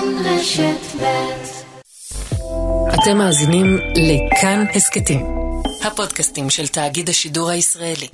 רשת ב'. אתם מאזינים לכאן הסקטים, הפודקאסטים של תאגיד השידור הישראלי.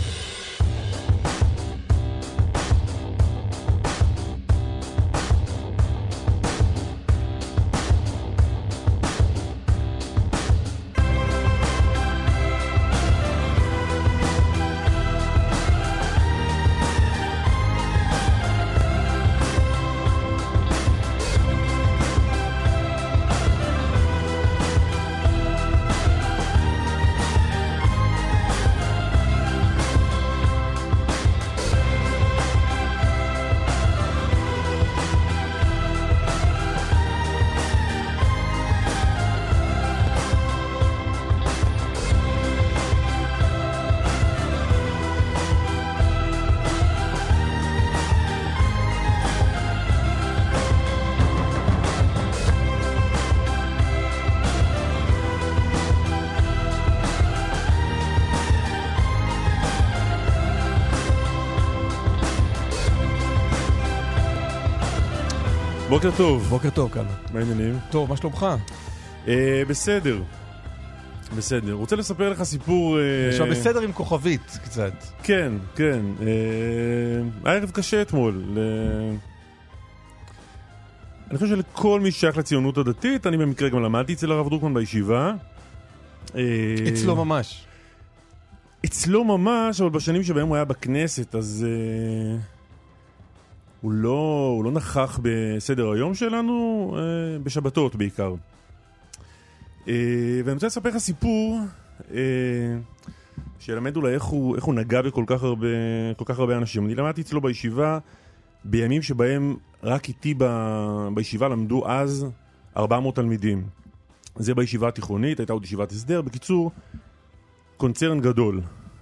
בוקר טוב. בוקר טוב, קלמן. מה העניינים? טוב, מה שלומך? בסדר. בסדר. רוצה לספר לך סיפור... עכשיו בסדר עם כוכבית קצת. כן, כן. הערב קשה אתמול. אני חושב שלכל מי שייך לציונות הדתית, אני במקרה גם למדתי אצל הרב דרוקמן בישיבה. אצלו ממש. אצלו ממש, אבל בשנים שבהם הוא היה בכנסת, אז... הוא לא נכח בסדר היום שלנו, בשבתות בעיקר. ואני רוצה לספר לך סיפור שילמד אולי איך הוא נגע בכל כך הרבה אנשים. אני למדתי אצלו בישיבה בימים שבהם רק איתי בישיבה למדו אז 400 תלמידים. זה בישיבה התיכונית, הייתה עוד ישיבת הסדר. בקיצור, קונצרן גדול.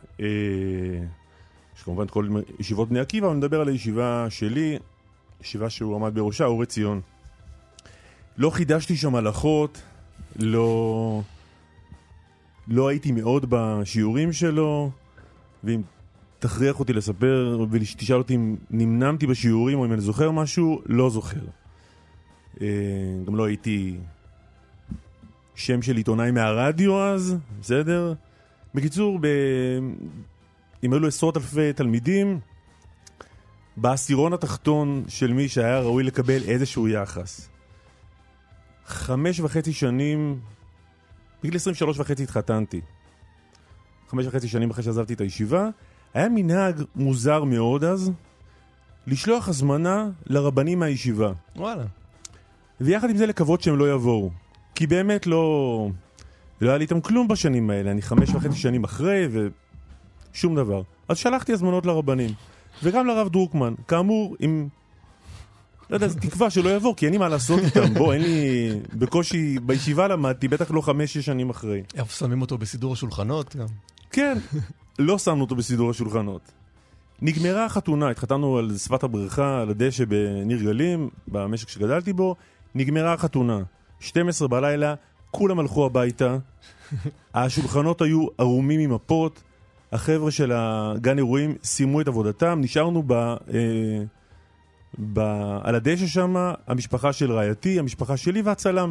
יש כמובן את כל ישיבות בני עקיבא, אבל נדבר על הישיבה שלי, ישיבה שהוא עמד בראשה, אור עציון. לא חידשתי שם הלכות, לא הייתי מאוד בשיעורים שלו, ואם תכריח אותי לספר ותשאל אותי אם נמנמתי בשיעורים או אם אני זוכר משהו, לא זוכר. גם לא הייתי שם של עיתונאי מהרדיו אז, בסדר? בקיצור, אם אלו עשרות אלפי תלמידים, בעשירון התחתון של מי שהיה ראוי לקבל איזשהו יחס. 5.5 שנים, בגיל 23.5 התחתנתי. 5.5 שנים אחרי שעזבתי את הישיבה, היה מנהג מוזר מאוד אז, לשלוח הזמנה לרבנים מהישיבה. וואלה. ויחד עם זה לקוות שהם לא יבואו. כי באמת לא היה לי איתם כלום בשנים האלה. אני 5.5 שנים אחרי שום דבר. אז שלחתי הזמנות לרבנים. וגם לרב דרוקמן. כאמור, עם... לא יודע, זו תקווה שלא יבוא, כי אין לי מה לעשות איתם. בוא, אין לי... בקושי בישיבה למדתי, בטח לא 5-6 שנים אחרי. איפה שמים אותו בסידור השולחנות גם? כן, לא שמנו אותו בסידור השולחנות. נגמרה החתונה, התחתנו על שפת הבריכה, על הדשא בניר גלים, במשק שגדלתי בו. נגמרה החתונה. 12 בלילה, כולם הלכו הביתה. השולחנות היו ערומים עם מפות. החבר'ה של הגן אירועים סיימו את עבודתם, נשארנו על הדשא שם, המשפחה של רעייתי, המשפחה שלי והצלם.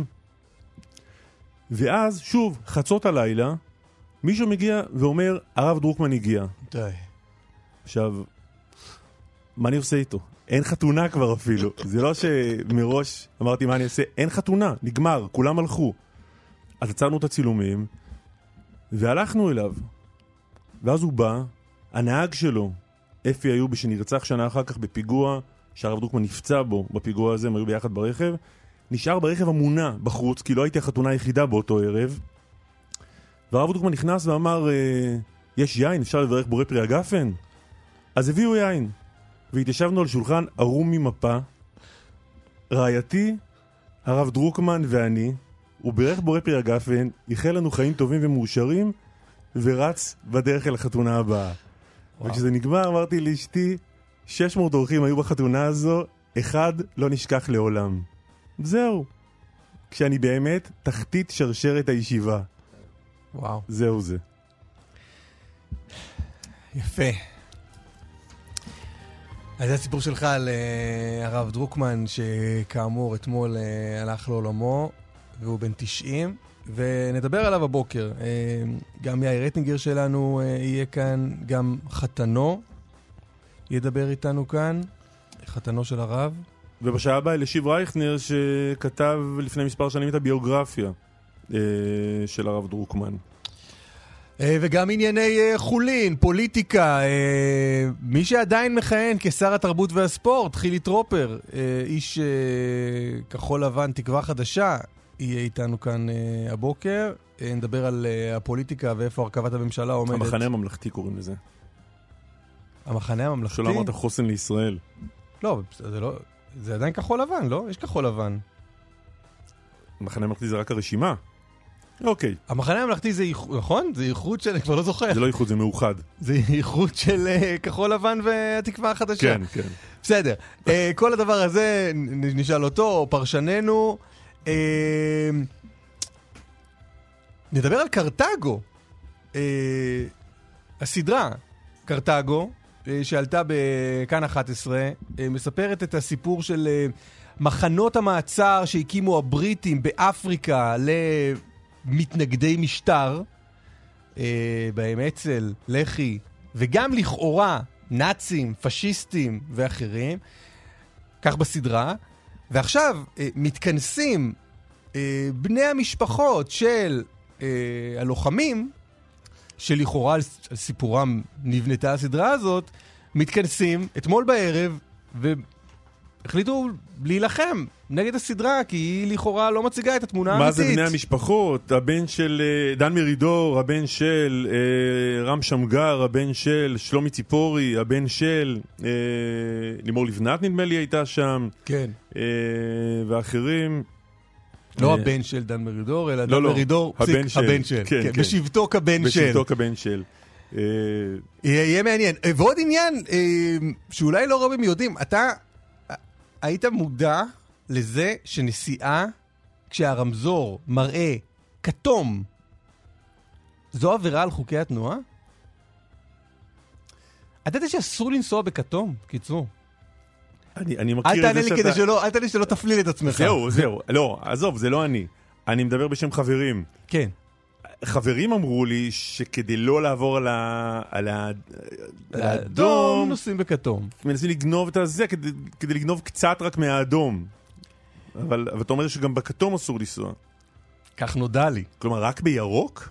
ואז, שוב, חצות הלילה, מישהו מגיע ואומר, הרב דרוקמן הגיע. די. עכשיו, מה אני עושה איתו? אין חתונה כבר אפילו. זה לא שמראש אמרתי מה אני אעשה, אין חתונה, נגמר, כולם הלכו. אז עצרנו את הצילומים, והלכנו אליו. ואז הוא בא, הנהג שלו, אפי איובי, שנרצח שנה אחר כך בפיגוע, שהרב דרוקמן נפצע בו בפיגוע הזה, הם היו ביחד ברכב, נשאר ברכב המונע בחוץ, כי לא הייתי החתונה היחידה באותו ערב, והרב דרוקמן נכנס ואמר, יש יין, אפשר לברך בורא פרי הגפן? אז הביאו יין, והתיישבנו על שולחן ערום ממפה, רעייתי, הרב דרוקמן ואני, הוא ברך בורא פרי הגפן, איחל לנו חיים טובים ומאושרים, ורץ בדרך אל החתונה הבאה. וכשזה נגמר, אמרתי לאשתי, 600 אורחים היו בחתונה הזו, אחד לא נשכח לעולם. זהו. כשאני באמת תחתית שרשרת הישיבה. וואו. זהו זה. יפה. אז זה הסיפור שלך על הרב דרוקמן, שכאמור אתמול הלך לעולמו, והוא בן 90, ונדבר עליו הבוקר. גם יאיר אטינגר שלנו יהיה כאן, גם חתנו ידבר איתנו כאן, חתנו של הרב. ובשעה הבאה אלישיב רייכנר, שכתב לפני מספר שנים את הביוגרפיה של הרב דרוקמן. וגם ענייני חולין, פוליטיקה, מי שעדיין מכהן כשר התרבות והספורט, חילי טרופר, איש כחול לבן, תקווה חדשה, יהיה איתנו כאן הבוקר. נדבר על הפוליטיקה ואיפה הרכבת הממשלה עומדת. המחנה הממלכתי קוראים לזה. המחנה הממלכתי? שלא אמרת חוסן לישראל. לא, זה עדיין כחול לבן, לא? יש כחול לבן. המחנה הממלכתי זה רק הרשימה. אוקיי. המחנה הממלכתי זה איחוד, נכון? זה איחוד של, אני כבר לא זוכר. זה לא איחוד, זה מאוחד. זה איחוד של כחול לבן והתקווה החדשה. כן, כן. בסדר. כל הדבר הזה נשאל אותו, פרשננו. נדבר על קרטגו. הסדרה קרטגו, שעלתה בכאן 11, מספרת את הסיפור של מחנות המעצר שהקימו הבריטים באפריקה למתנגדי משטר, בהם אצ"ל, לח"י, וגם לכאורה נאצים, פשיסטים ואחרים, כך בסדרה. ועכשיו מתכנסים בני המשפחות של הלוחמים, שלכאורה על סיפורם נבנתה הסדרה הזאת, מתכנסים אתמול בערב והחליטו להילחם נגד הסדרה, כי היא לכאורה לא מציגה את התמונה האמיתית. מה זה בני המשפחות? הבן של דן מרידור, הבן של רם שמגר, הבן של שלומי ציפורי, הבן של לימור לבנת נדמה לי הייתה שם. כן. ואחרים. לא הבן של דן מרידור, אלא דן מרידור, הבן של. בשבטו כבן של. בשבטו כבן של. יהיה מעניין. ועוד עניין שאולי לא רבים יודעים, אתה היית מודע לזה שנסיעה, כשהרמזור מראה כתום, זו עבירה על חוקי התנועה? אתה יודע שאסור לנסוע בכתום, קיצור. אני מכיר את זה שאתה... אל תענה לי שלא תפליל את עצמך. זהו. לא, עזוב, זה לא אני. אני מדבר בשם חברים. כן. חברים אמרו לי שכדי לא לעבור על האדום, נוסעים בכתום. מנסים לגנוב את הזה, כדי לגנוב קצת רק מהאדום. אבל אתה אומר שגם בכתום אסור לנסוע. כך נודע לי. כלומר, רק בירוק?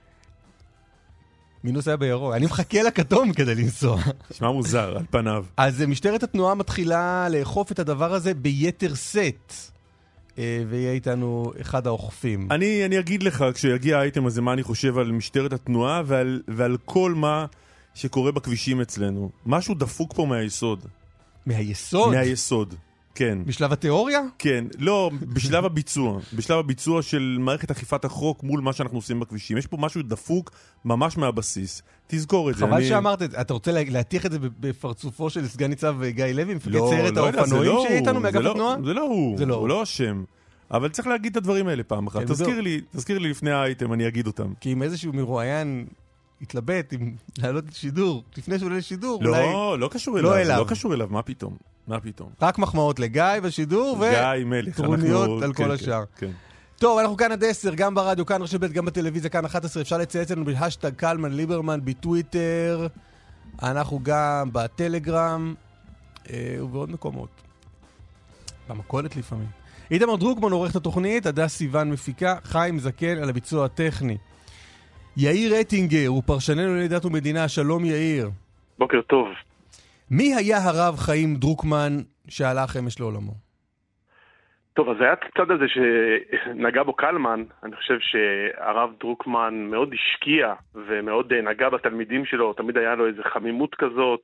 מי נוסע בירוק? אני מחכה לכתום כדי לנסוע. נשמע מוזר, על פניו. אז משטרת התנועה מתחילה לאכוף את הדבר הזה ביתר סט. ויהיה איתנו אחד האוכפים. אני אגיד לך, כשיגיע האייטם הזה, מה אני חושב על משטרת התנועה ועל כל מה שקורה בכבישים אצלנו. משהו דפוק פה מהיסוד. מהיסוד? מהיסוד, כן. בשלב התיאוריה? כן, לא, בשלב הביצוע. בשלב הביצוע של מערכת אכיפת החוק מול מה שאנחנו עושים בכבישים. יש פה משהו דפוק ממש מהבסיס. תזכור את זה. חבל שאמרת, אתה רוצה להטיח את זה בפרצופו של סגן ניצב גיא לוי, מפקד סיירת האופנועים שאיתנו מאגף התנועה? זה לא הוא, הוא לא אשם. אבל צריך להגיד את הדברים האלה פעם אחת. תזכיר לי לפני האייטם, אני אגיד אותם. כי אם איזשהו מרואיין התלבט אם לעלות לשידור, לפני שהוא עולה לשידור, אולי... לא קשור אליו, לא קשור אליו, מה פתאום? רק מחמאות לגיא בשידור, וטרוניות על כל השאר. טוב, אנחנו כאן עד 10, גם ברדיו, כאן רשת ב', גם בטלוויזיה, כאן 11, אפשר לצייץ לנו בהשטג קלמן ליברמן בטוויטר, אנחנו גם בטלגרם, ובעוד מקומות. במכולת לפעמים. איתמר דרוקמן עורך את התוכנית, הדס סיוון מפיקה, חיים זקן על הביצוע הטכני. יאיר אטינגר הוא פרשננו לענייני דת ומדינה, שלום יאיר. בוקר טוב. מי היה הרב חיים דרוקמן שהלך אמש לעולמו? טוב, אז היה את הצד הזה שנגע בו קלמן. אני חושב שהרב דרוקמן מאוד השקיע ומאוד נגע בתלמידים שלו, תמיד היה לו איזו חמימות כזאת,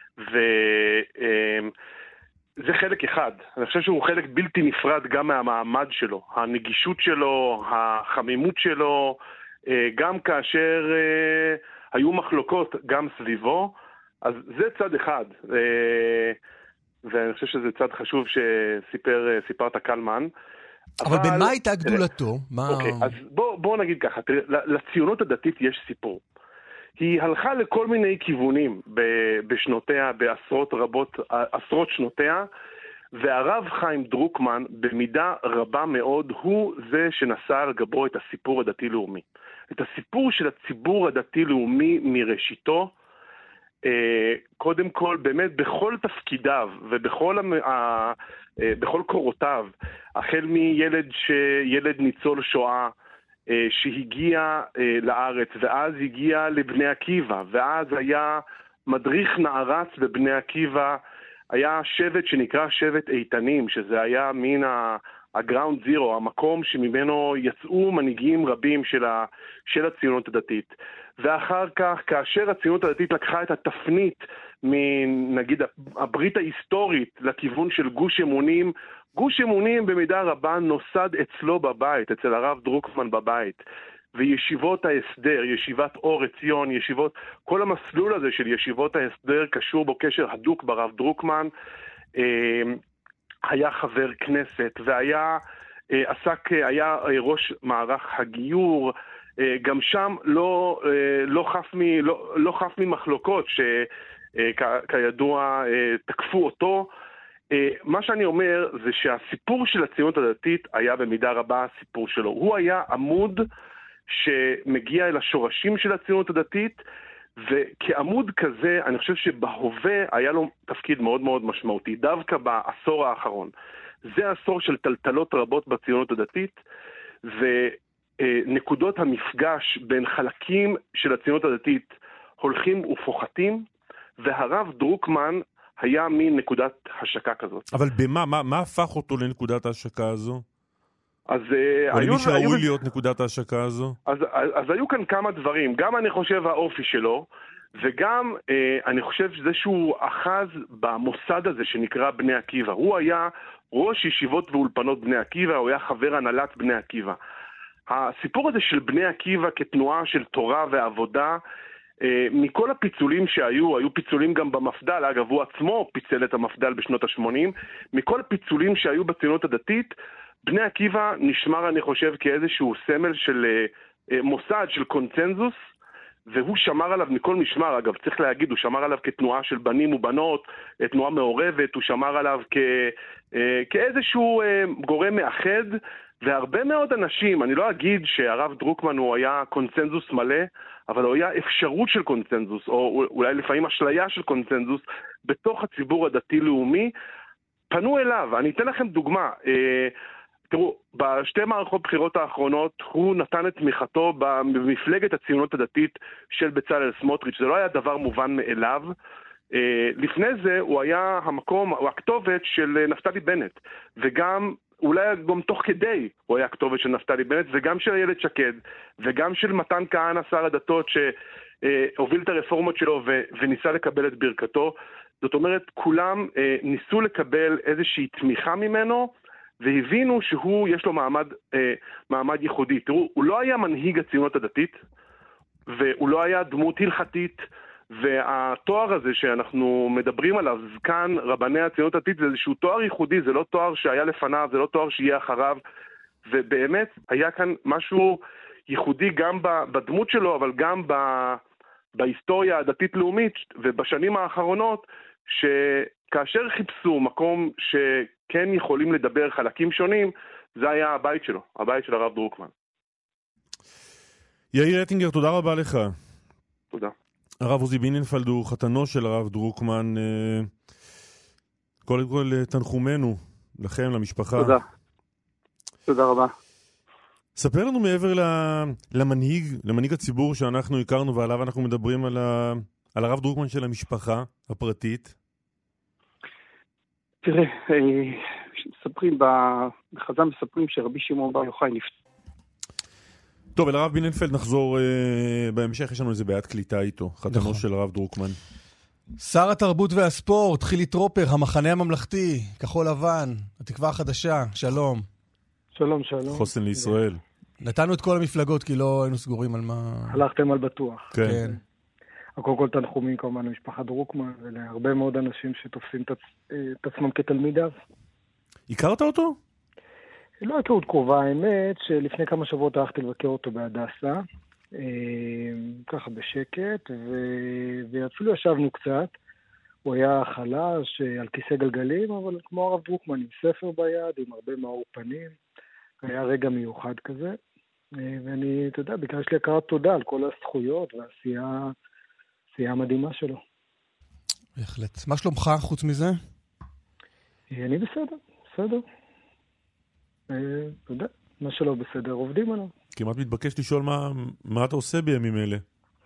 זה חלק אחד. אני חושב שהוא חלק בלתי נפרד גם מהמעמד שלו, הנגישות שלו, החמימות שלו, גם כאשר היו מחלוקות גם סביבו, אז זה צד אחד. ואני חושב שזה צד חשוב שסיפרת קלמן. אבל במה הייתה גדולתו? אוקיי, אז בואו נגיד ככה, לציונות הדתית יש סיפור. היא הלכה לכל מיני כיוונים בשנותיה, עשרות שנותיה, והרב חיים דרוקמן במידה רבה מאוד הוא זה שנשא על גבו את הסיפור הדתי-לאומי. את הסיפור של הציבור הדתי-לאומי מראשיתו, קודם כל באמת בכל תפקידיו ובכל קורותיו, החל ילד ניצול שואה, שהגיע לארץ, ואז הגיע לבני עקיבא, ואז היה מדריך נערץ בבני עקיבא, היה שבט שנקרא שבט איתנים, שזה היה מן הגראונד זירו, המקום שממנו יצאו מנהיגים רבים של הציונות הדתית. ואחר כך, כאשר הציונות הדתית לקחה את התפנית מנגיד הברית ההיסטורית לכיוון של גוש אמונים, גוש אמונים במידה רבה נוסד אצלו בבית, אצל הרב דרוקמן בבית. וישיבות ההסדר, ישיבת אור עציון, כל המסלול הזה של ישיבות ההסדר קשור בו קשר הדוק ברב דרוקמן, היה חבר כנסת והיה היה ראש מערך הגיור, גם שם לא חף ממחלוקות שכידוע תקפו אותו. מה שאני אומר זה שהסיפור של הציונות הדתית היה במידה רבה הסיפור שלו. הוא היה עמוד שמגיע אל השורשים של הציונות הדתית, וכעמוד כזה אני חושב שבהווה היה לו תפקיד מאוד מאוד משמעותי, דווקא בעשור האחרון. זה עשור של טלטלות רבות בציונות הדתית, ונקודות המפגש בין חלקים של הציונות הדתית הולכים ופוחתים, והרב דרוקמן היה מין נקודת השקה כזאת. אבל מה הפך אותו לנקודת ההשקה הזו? אז מי שראוי להיות נקודת ההשקה הזו? אז היו כאן כמה דברים, גם אני חושב האופי שלו, וגם אני חושב שזה שהוא אחז במוסד הזה שנקרא בני עקיבא. הוא היה ראש ישיבות ואולפנות בני עקיבא, הוא היה חבר הנהלת בני עקיבא. הסיפור הזה של בני עקיבא כתנועה של תורה ועבודה, מכל הפיצולים היו פיצולים גם במפדל, אגב הוא עצמו פיצל את המפדל בשנות ה-80, מכל הפיצולים שהיו בציונות הדתית, בני עקיבא נשמר אני חושב כאיזשהו סמל של מוסד של קונצנזוס, והוא שמר עליו מכל משמר. אגב צריך להגיד, הוא שמר עליו כתנועה של בנים ובנות, תנועה מעורבת, הוא שמר עליו כאיזשהו גורם מאחד, והרבה מאוד אנשים, אני לא אגיד שהרב דרוקמן הוא היה קונצנזוס מלא, אבל הוא היה אפשרות של קונצנזוס, או אולי לפעמים אשליה של קונצנזוס, בתוך הציבור הדתי-לאומי, פנו אליו. אני אתן לכם דוגמה, תראו, בשתי מערכות בחירות האחרונות הוא נתן את תמיכתו במפלגת הציונות הדתית של בצלאל סמוטריץ'. זה לא היה דבר מובן מאליו. לפני זה הוא היה הוא הכתובת של נפתלי בנט, וגם אולי גם תוך כדי הוא היה הכתובת של נפתלי בנט, וגם של איילת שקד, וגם של מתן כהנא שר הדתות שהוביל את הרפורמות שלו וניסה לקבל את ברכתו. זאת אומרת, כולם ניסו לקבל איזושהי תמיכה ממנו, והבינו יש לו מעמד ייחודי. תראו, הוא לא היה מנהיג הציונות הדתית, והוא לא היה דמות הלכתית, והתואר הזה שאנחנו מדברים עליו, זקן רבני הציונות הדתית, זה איזשהו תואר ייחודי, זה לא תואר שהיה לפניו, זה לא תואר שיהיה אחריו, ובאמת היה כאן משהו ייחודי גם בדמות שלו, אבל גם בהיסטוריה הדתית-לאומית, ובשנים האחרונות, שכאשר חיפשו מקום שכן יכולים לדבר חלקים שונים, זה היה הבית שלו, הבית של הרב דרוקמן. יאיר אטינגר, תודה רבה לך. תודה. הרב עוזי ביננפלד הוא חתנו של הרב דרוקמן. קודם כל תנחומנו לכם, למשפחה. תודה. תודה רבה. ספר לנו מעבר למנהיג הציבור שאנחנו הכרנו ועליו אנחנו מדברים על הרב דרוקמן של המשפחה הפרטית. תראה, בחז"ל מספרים שרבי שמעון בר יוחאי נפטר. טוב, אל הרב ביננפלד נחזור בהמשך, יש לנו איזה בעיית קליטה איתו, חתנו של הרב דרוקמן. שר התרבות והספורט, חילי טרופר, המחנה הממלכתי, כחול לבן, התקווה החדשה, שלום. שלום, שלום. חוסן לישראל. נתנו את כל המפלגות כי לא היינו סגורים על מה... הלכתם על בטוח. כן. קודם כל תנחומים כמובן למשפחת דרוקמן ולהרבה מאוד אנשים שתופסים את עצמם כתלמידיו. הכרת אותו? לא הכרות קרובה, האמת שלפני כמה שבועות הלכתי לבקר אותו בהדסה, ככה בשקט, ואפילו ישבנו קצת. הוא היה חלש על כיסא גלגלים, אבל כמו הרב דרוקמן, עם ספר ביד, עם הרבה מאור פנים. היה רגע מיוחד כזה. ואני, אתה יודע, ביקש לי הכרת תודה על כל הזכויות והעשייה המדהימה שלו. בהחלט. מה שלומך חוץ מזה? אני בסדר. אתה יודע, מה שלא בסדר, עובדים עליו. כמעט מתבקש לשאול מה אתה עושה בימים אלה.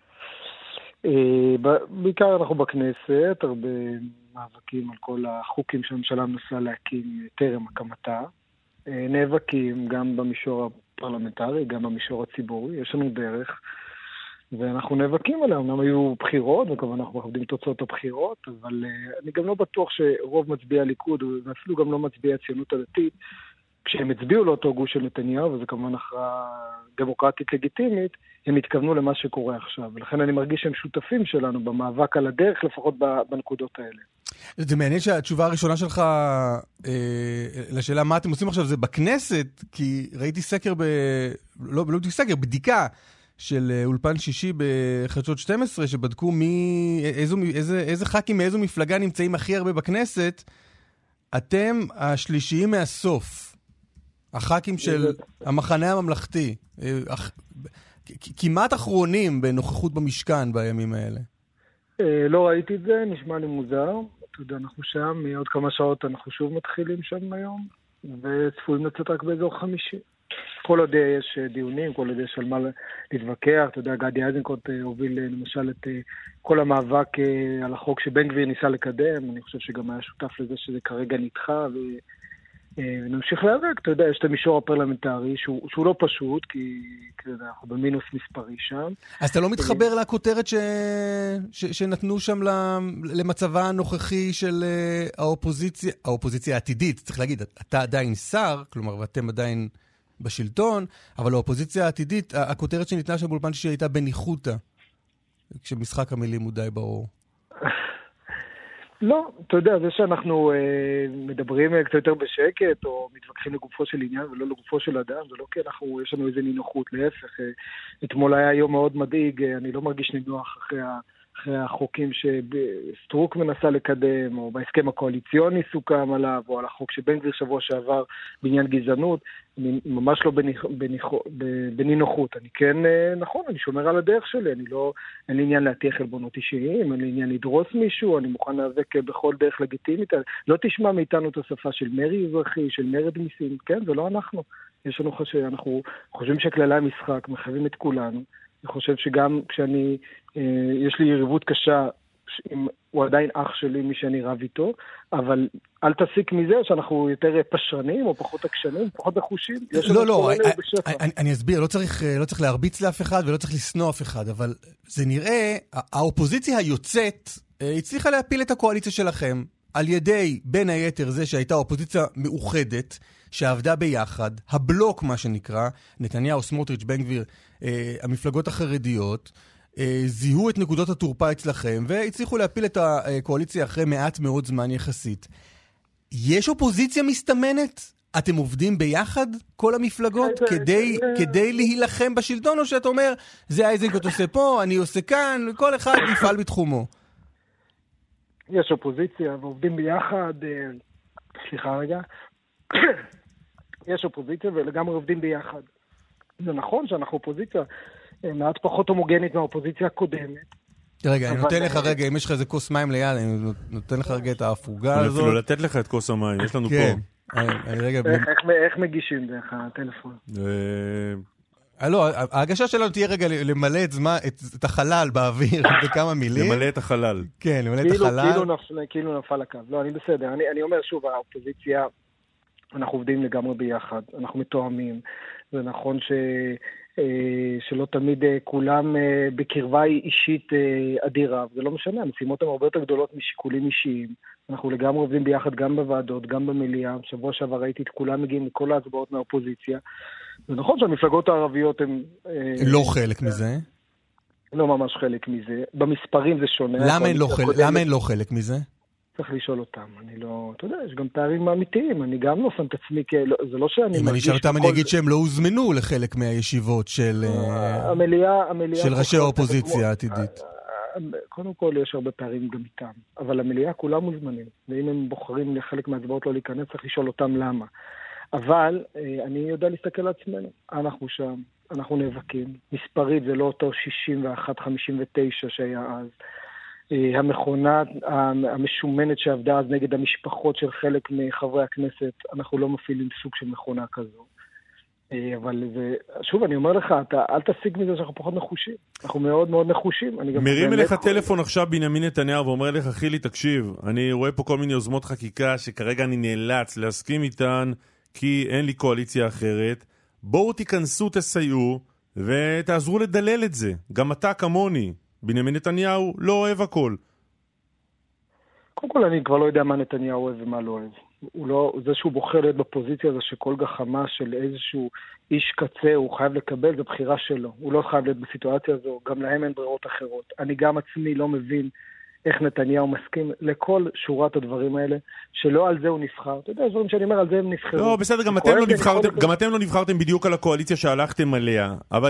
בעיקר אנחנו בכנסת, הרבה מאבקים על כל החוקים שהממשלה מנסה להקים טרם הקמתה. נאבקים גם במישור הפרלמנטרי, גם במישור הציבורי. יש לנו דרך, ואנחנו נאבקים עליה. אמנם היו בחירות, וכמובן אנחנו מכבדים תוצאות הבחירות, אבל אני גם לא בטוח שרוב מצביעי הליכוד, ואפילו גם לא מצביעי הציונות הדתית, כשהם הצביעו לאותו גוש של נתניהו, וזה כמובן הכרעה דמוקרטית לגיטימית, הם התכוונו למה שקורה עכשיו. ולכן אני מרגיש שהם שותפים שלנו במאבק על הדרך, לפחות בנקודות האלה. זה מעניין שהתשובה הראשונה שלך לשאלה מה אתם עושים עכשיו זה בכנסת, כי ראיתי סקר, לא ראיתי סקר, בדיקה של אולפן שישי בחדשות 12, שבדקו איזה ח"כים מאיזו מפלגה נמצאים הכי הרבה בכנסת. אתם השלישיים מהסוף. הח"כים של המחנה הממלכתי. כמעט אחרונים בנוכחות במשכן בימים האלה. לא ראיתי את זה, נשמע לי מוזר. אתה יודע, אנחנו שם, עוד כמה שעות אנחנו שוב מתחילים שם היום, וצפויים לצאת רק באזור 50. כל עוד יש דיונים, כל עוד יש על מה להתווכח. אתה יודע, גדי איזנקוט הוביל למשל את כל המאבק על החוק שבן גביר ניסה לקדם. אני חושב שגם היה שותף לזה שזה כרגע נדחה, ונמשיך להיאבק. אתה יודע, יש את המישור הפרלמנטרי שהוא לא פשוט, כי אנחנו במינוס מספרי שם. אז אתה לא מתחבר לכותרת שנתנו שם למצבה הנוכחי של האופוזיציה העתידית? צריך להגיד, אתה עדיין שר, כלומר, ואתם עדיין בשלטון, אבל האופוזיציה העתידית, הכותרת שניתנה שם באולפן שישי הייתה בניחותא, כשמשחק המילים הוא די ברור. לא, אתה יודע, זה שאנחנו מדברים קצת יותר בשקט, או מתווכחים לגופו של עניין ולא לגופו של אדם, זה לא כי יש לנו איזה נינוחות, להפך. אתמול היה יום מאוד מדאיג, אני לא מרגיש נינוח אחרי החוקים שסטרוק מנסה לקדם, או בהסכם הקואליציוני סוכם עליו, או על החוק שבן גביר שבוע שעבר בעניין גזענות. אני ממש לא בנינוחות. אני כן, נכון, אני שומר על הדרך שלי, אין לי עניין להטיח חלבונות אישיים, אין לי עניין לדרוס מישהו, אני מוכן להיאבק בכל דרך לגיטימית. לא תשמע מאיתנו את השפה של מרי אזרחי, של מרד מיסים, כן, זה לא אנחנו. אנחנו חושבים שכללי המשחק מחייבים את כולנו. אני חושב שגם יש לי יריבות קשה, הוא עדיין אח שלי מי שאני רב איתו, אבל אל תסיק מזה שאנחנו יותר פשרנים או פחות עקשנים, פחות נחושים. לא, אני אסביר, לא צריך להרביץ לאף אחד ולא צריך לסנוע אף אחד, אבל זה נראה, האופוזיציה היוצאת הצליחה להפיל את הקואליציה שלכם, על ידי בין היתר זה שהייתה אופוזיציה מאוחדת, שעבדה ביחד, הבלוק מה שנקרא, נתניהו, סמוטריץ', בן גביר, המפלגות החרדיות, זיהו את נקודות התורפה אצלכם, והצליחו להפיל את הקואליציה אחרי מעט מאוד זמן יחסית. יש אופוזיציה מסתמנת? אתם עובדים ביחד, כל המפלגות, כדי להילחם בשלטון, או שאתה אומר, זה איזנקוט עושה פה, אני עושה כאן, כל אחד יפעל בתחומו? יש אופוזיציה, ועובדים ביחד, סליחה רגע, יש אופוזיציה ולגמרי עובדים ביחד. זה נכון שאנחנו אופוזיציה מעט פחות הומוגנית מהאופוזיציה הקודמת. רגע, אני נותן לך רגע, אם יש לך איזה כוס מים ליד, אני נותן לך רגע את ההפוגה הזאת. אפילו לתת לך את כוס המים, יש לנו פה. איך מגישים דרך הטלפון? לא, ההגשה שלנו תהיה רגע למלא את החלל באוויר בכמה מילים. למלא את החלל. כן, למלא את החלל. כאילו נפל הקו. לא, אני בסדר. אני אומר שוב, האופוזיציה, אנחנו עובדים לגמרי ביחד. אנחנו מתואמים. זה נכון שלא תמיד כולם בקרבה אישית אדירה. זה לא משנה, המשימות הן הרבה יותר גדולות משיקולים אישיים. אנחנו לגמרי עובדים ביחד גם בוועדות, גם במליאה. שבוע שעבר ראיתי את כולם מגיעים לכל ההצבעות מהאופוזיציה. זה נכון שהמפלגות הערביות הן... לא חלק מזה. לא ממש חלק מזה. במספרים זה שונה. למה הן לא חלק מזה? צריך לשאול אותם. אני לא, אתה יודע, יש גם פערים אמיתיים, אני גם לא שם את עצמי, זה לא שאני... אם אני אשאל אותם, אני אגיד שהם לא הוזמנו לחלק מהישיבות של ראשי האופוזיציה העתידית. קודם כל יש הרבה פערים גם איתם, אבל המליאה כולם מוזמנים, ואם הם בוחרים לחלק מהצבעות לא להיכנס, צריך לשאול אותם למה. אבל אני יודע להסתכל על עצמנו, אנחנו שם, אנחנו נאבקים, מספרית זה לא אותו 61-59 שהיה אז, המכונה המשומנת שעבדה אז נגד המשפחות של חלק מחברי הכנסת, אנחנו לא מפעילים סוג של מכונה כזו. אבל שוב, אני אומר לך, אל תשיג מזה שאנחנו פחות נחושים. אנחנו מאוד מאוד נחושים. מרים אליך טלפון עכשיו בנימין נתניהו ואומר לך, חילי, תקשיב, אני רואה פה כל מיני יוזמות חקיקה שכרגע אני נאלץ להסכים איתן כי אין לי קואליציה אחרת. בואו תיכנסו, תסייעו ותעזרו לדלל את זה. גם אתה כמוני, בנימין נתניהו, לא אוהב הכל. קודם כל, אני כבר לא יודע מה נתניהו אוהב ומה לא אוהב. זה שהוא בוחר להיות בפוזיציה הזו שכל גחמה של איזשהו איש קצה הוא חייב לקבל, זה בחירה שלו. הוא לא חייב להיות בסיטואציה הזו, גם להם אין ברירות אחרות. אני גם עצמי לא מבין איך נתניהו מסכים לכל שורת הדברים האלה, שלא על זה הוא נבחר. אתה יודע, דברים שאני אומר, על זה הם נבחרו. לא, בסדר, גם אתם לא נבחרתם בדיוק על הקואליציה שהלכתם עליה, אבל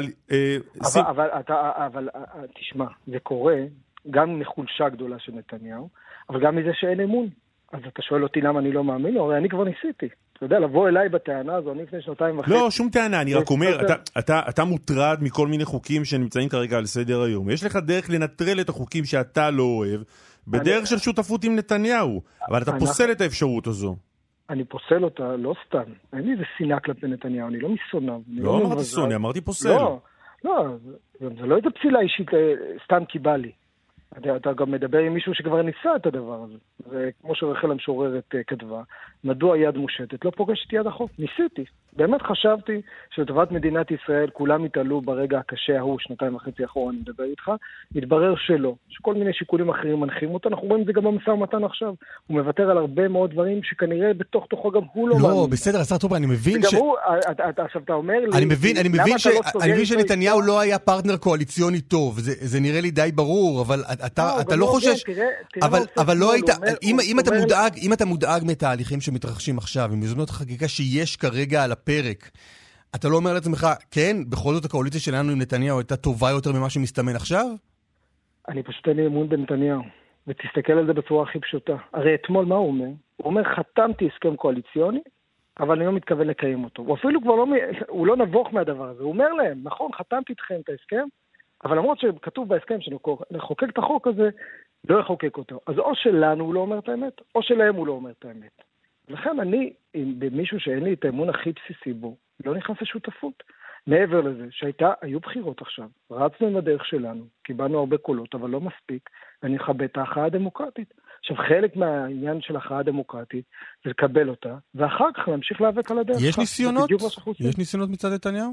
תשמע, זה קורה גם מחולשה גדולה של נתניהו, אבל גם מזה שאין אמון. אז אתה שואל אותי למה אני לא מאמין לו? הרי אני כבר ניסיתי. אתה יודע, לבוא אליי בטענה הזו, אני לפני 2.5. לא, שום טענה, אני רק אומר, אתה מוטרד מכל מיני חוקים שנמצאים כרגע על סדר היום. יש לך דרך לנטרל את החוקים שאתה לא אוהב, בדרך של שותפות עם נתניהו, אבל אתה פוסל את האפשרות הזו. אני פוסל אותה, לא סתם. אין לי איזה שנאה כלפי נתניהו, אני לא מסונב. לא אמרתי סוני, אמרתי פוסל. לא, זה לא איזה פסילה אישית, סתם קיבל לי. אתה גם מדבר עם מישהו שכבר ניסה את הדבר הזה. וכמו שרחל המשוררת כתבה, מדוע יד מושטת לא פוגשת יד החוק? ניסיתי. באמת חשבתי שלטובת מדינת ישראל כולם יתעלו ברגע הקשה ההוא, 2.5 אחורה אני מדבר איתך, התברר שלא. שכל מיני שיקולים אחרים מנחים אותו, אנחנו רואים את זה גם במשא ומתן עכשיו. הוא מוותר על הרבה מאוד דברים שכנראה בתוך תוכו גם הוא לא מאמין. לא, בסדר, השר טרופר, אני מבין ש... עכשיו אתה אומר לי... אני מבין שנתניהו לא היה פרטנר קואליציוני טוב, זה נראה לי די ברור, אבל אתה לא חושש... אבל לא היית... אם אתה מודאג מתהליכים שמתרחשים עכשיו, עם יוזמות החקיקה שיש כרגע על הפרק, אתה לא אומר לעצמך, כן, בכל זאת הקואליציה שלנו עם נתניהו הייתה טובה יותר ממה שמסתמן עכשיו? אני פשוט אין לי אמון בנתניהו, ותסתכל על זה בצורה הכי פשוטה. הרי אתמול מה הוא אומר? הוא אומר, חתמתי הסכם קואליציוני, אבל אני לא מתכוון לקיים אותו. הוא אפילו כבר הוא לא נבוך מהדבר הזה. הוא אומר להם, נכון, חתמתי איתכם את ההסכם, אבל למרות שכתוב בהסכם שנחוקק את החוק הזה, לא יחוקק אותו. אז או שלנו הוא לא אומר את האמת, או שלהם הוא לא אומר את האמת. ולכן אני, במישהו שאין לי את האמון הכי בסיסי בו, לא נכנס לשותפות. מעבר לזה, היו בחירות עכשיו, רצנו עם הדרך שלנו, קיבלנו הרבה קולות, אבל לא מספיק, ואני מכבד את ההכרעה הדמוקרטית. עכשיו, חלק מהעניין של ההכרעה הדמוקרטית, זה לקבל אותה, ואחר כך להמשיך להיאבק על הדרך. יש ניסיונות? יש ניסיונות מצד נתניהו?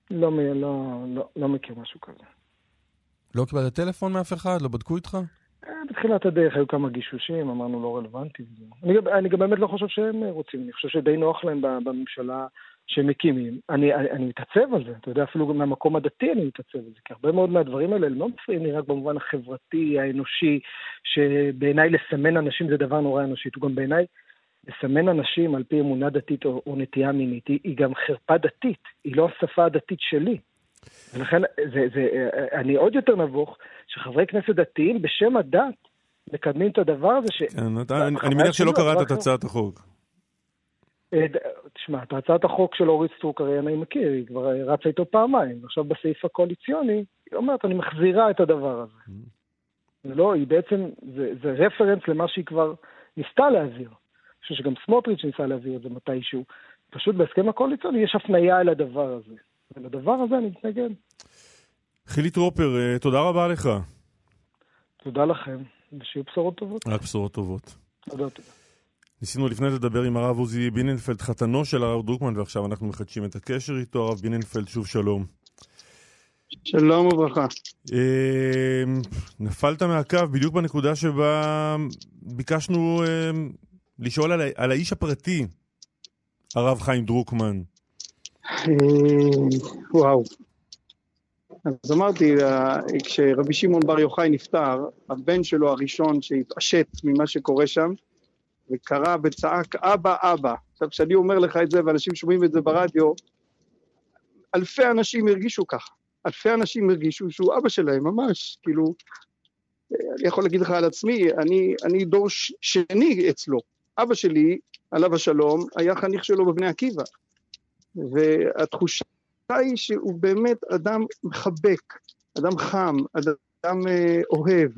לא מכיר משהו כזה. לא קיבלת טלפון מאף אחד? לא בדקו איתך? בתחילת הדרך היו כמה גישושים, אמרנו לא רלוונטי. אני גם באמת לא חושב שהם רוצים, אני חושב שדי נוח להם בממשלה שהם מקימים. אני מתעצב על זה, אתה יודע, אפילו מהמקום הדתי אני מתעצב על זה, כי הרבה מאוד מהדברים האלה לא מפריעים לי רק במובן החברתי, האנושי, שבעיניי לסמן אנשים זה דבר נורא אנושי, הוא גם בעיניי לסמן אנשים על פי אמונה דתית או נטייה מינית, היא גם חרפה דתית, היא לא השפה הדתית שלי. ולכן אני עוד יותר נבוך שחברי כנסת דתיים בשם הדת מקדמים את הדבר הזה אני מניח שלא קראת את הצעת החוק. תשמע, את הצעת החוק של אורית סטרוק הרי אני מכיר, היא כבר רצה איתו פעמיים, עכשיו בסעיף הקואליציוני היא אומרת אני מחזירה את הדבר הזה. לא, היא בעצם, זה רפרנס למה שהיא כבר ניסתה להעביר. אני חושב שגם סמוטריץ' ניסה להעביר את זה מתישהו. פשוט בהסכם הקואליציוני יש הפניה אל הדבר הזה. ולדבר הזה אני מתנגד. חילי טרופר, תודה רבה לך. תודה לכם, ושיהיו בשורות טובות. רק בשורות טובות. תודה. ניסינו לפני לדבר עם הרב עוזי ביננפלד, חתנו של הרב דרוקמן, ועכשיו אנחנו מחדשים את הקשר איתו. הרב ביננפלד, שוב שלום. שלום וברכה. נפלת מהקו בדיוק בנקודה שבה ביקשנו לשאול על האיש הפרטי, הרב חיים דרוקמן. וואו. אז אמרתי, כשרבי שמעון בר יוחאי נפטר, הבן שלו הראשון שהתעשת ממה שקורה שם, וקרא וצעק, אבא, אבא. עכשיו, כשאני אומר לך את זה, ואנשים שומעים את זה ברדיו, אלפי אנשים הרגישו ככה. אלפי אנשים הרגישו שהוא אבא שלהם, ממש. כאילו, אני יכול להגיד לך על עצמי, אני דור שני אצלו. אבא שלי, עליו השלום, היה חניך שלו בבני עקיבא. והתחושה היא שהוא באמת אדם מחבק, אדם חם, אדם אוהב.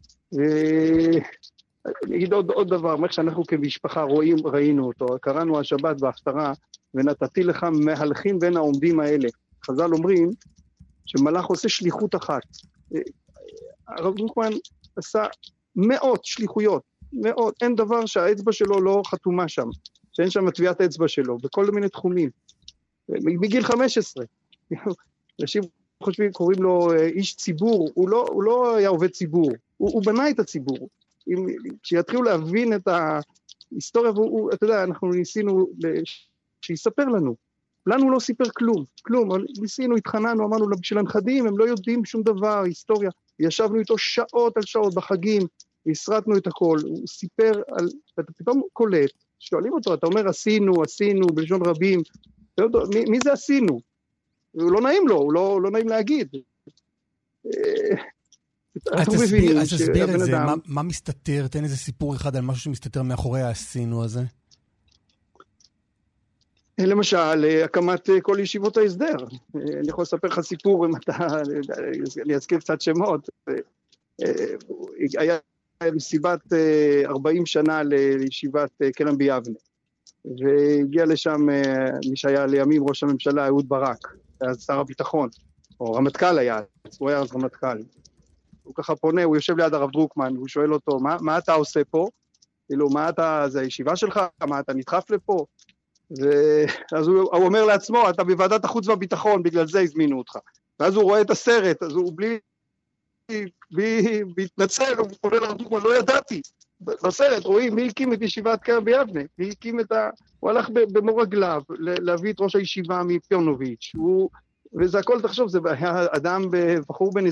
אני אגיד עוד דבר, איך שאנחנו כמשפחה ראינו אותו, קראנו השבת בהפטרה, ונתתי לך מהלכים בין העומדים האלה. חז"ל אומרים שמלאך עושה שליחות אחת. הרב דרוקמן עשה מאות שליחויות, מאות, אין דבר שהאצבע שלו לא חתומה שם, שאין שם טביעת אצבע שלו, בכל מיני תחומים. מגיל 15. אנשים חושבים, קוראים לו איש ציבור, הוא לא היה עובד ציבור, הוא בנה את הציבור. כשיתחילו להבין את ההיסטוריה, אתה יודע, אנחנו ניסינו שיספר לנו. לנו לא סיפר כלום. ניסינו, התחננו, אמרנו בשביל הנכדים, הם לא יודעים שום דבר, היסטוריה. ישבנו איתו שעות על שעות בחגים, והסרטנו את הכל. הוא סיפר על, ואתה פתאום קולט, שואלים אותו, אתה אומר עשינו, בלשון רבים, מי זה עשינו? הוא לא נעים לו, הוא לא נעים להגיד. אז תסביר את זה, מה מסתתר? תן איזה סיפור אחד על משהו שמסתתר מאחורי העשינו הזה. למשל, הקמת כל ישיבות ההסדר. אני יכול לספר לך סיפור, אם אתה, אני אזכיר קצת שמות. היה מסיבת 40 שנה לישיבת כלם ביבנה. והגיע לשם מי שהיה לימים ראש הממשלה, אהוד ברק, היה שר הביטחון, או רמטכ"ל היה, הוא היה אז רמטכ"ל. הוא ככה פונה, הוא יושב ליד הרב דרוקמן, הוא שואל אותו, מה אתה עושה פה? כאילו, זה הישיבה שלך? מה אתה נדחף לפה? אז הוא אומר לעצמו, אתה בוועדת החוץ והביטחון, בגלל זה הזמינו אותך. ואז הוא רואה את הסרט, אז הוא בלי להתנצל, הוא פונה לרב דרוקמן, לא ידעתי. בסרט רואים מי הקים את ישיבת כלם ביבנה, הוא הלך במור רגליו להביא את ראש הישיבה מפיונוביץ', וזה הכל, תחשוב, זה היה אדם, בחור בן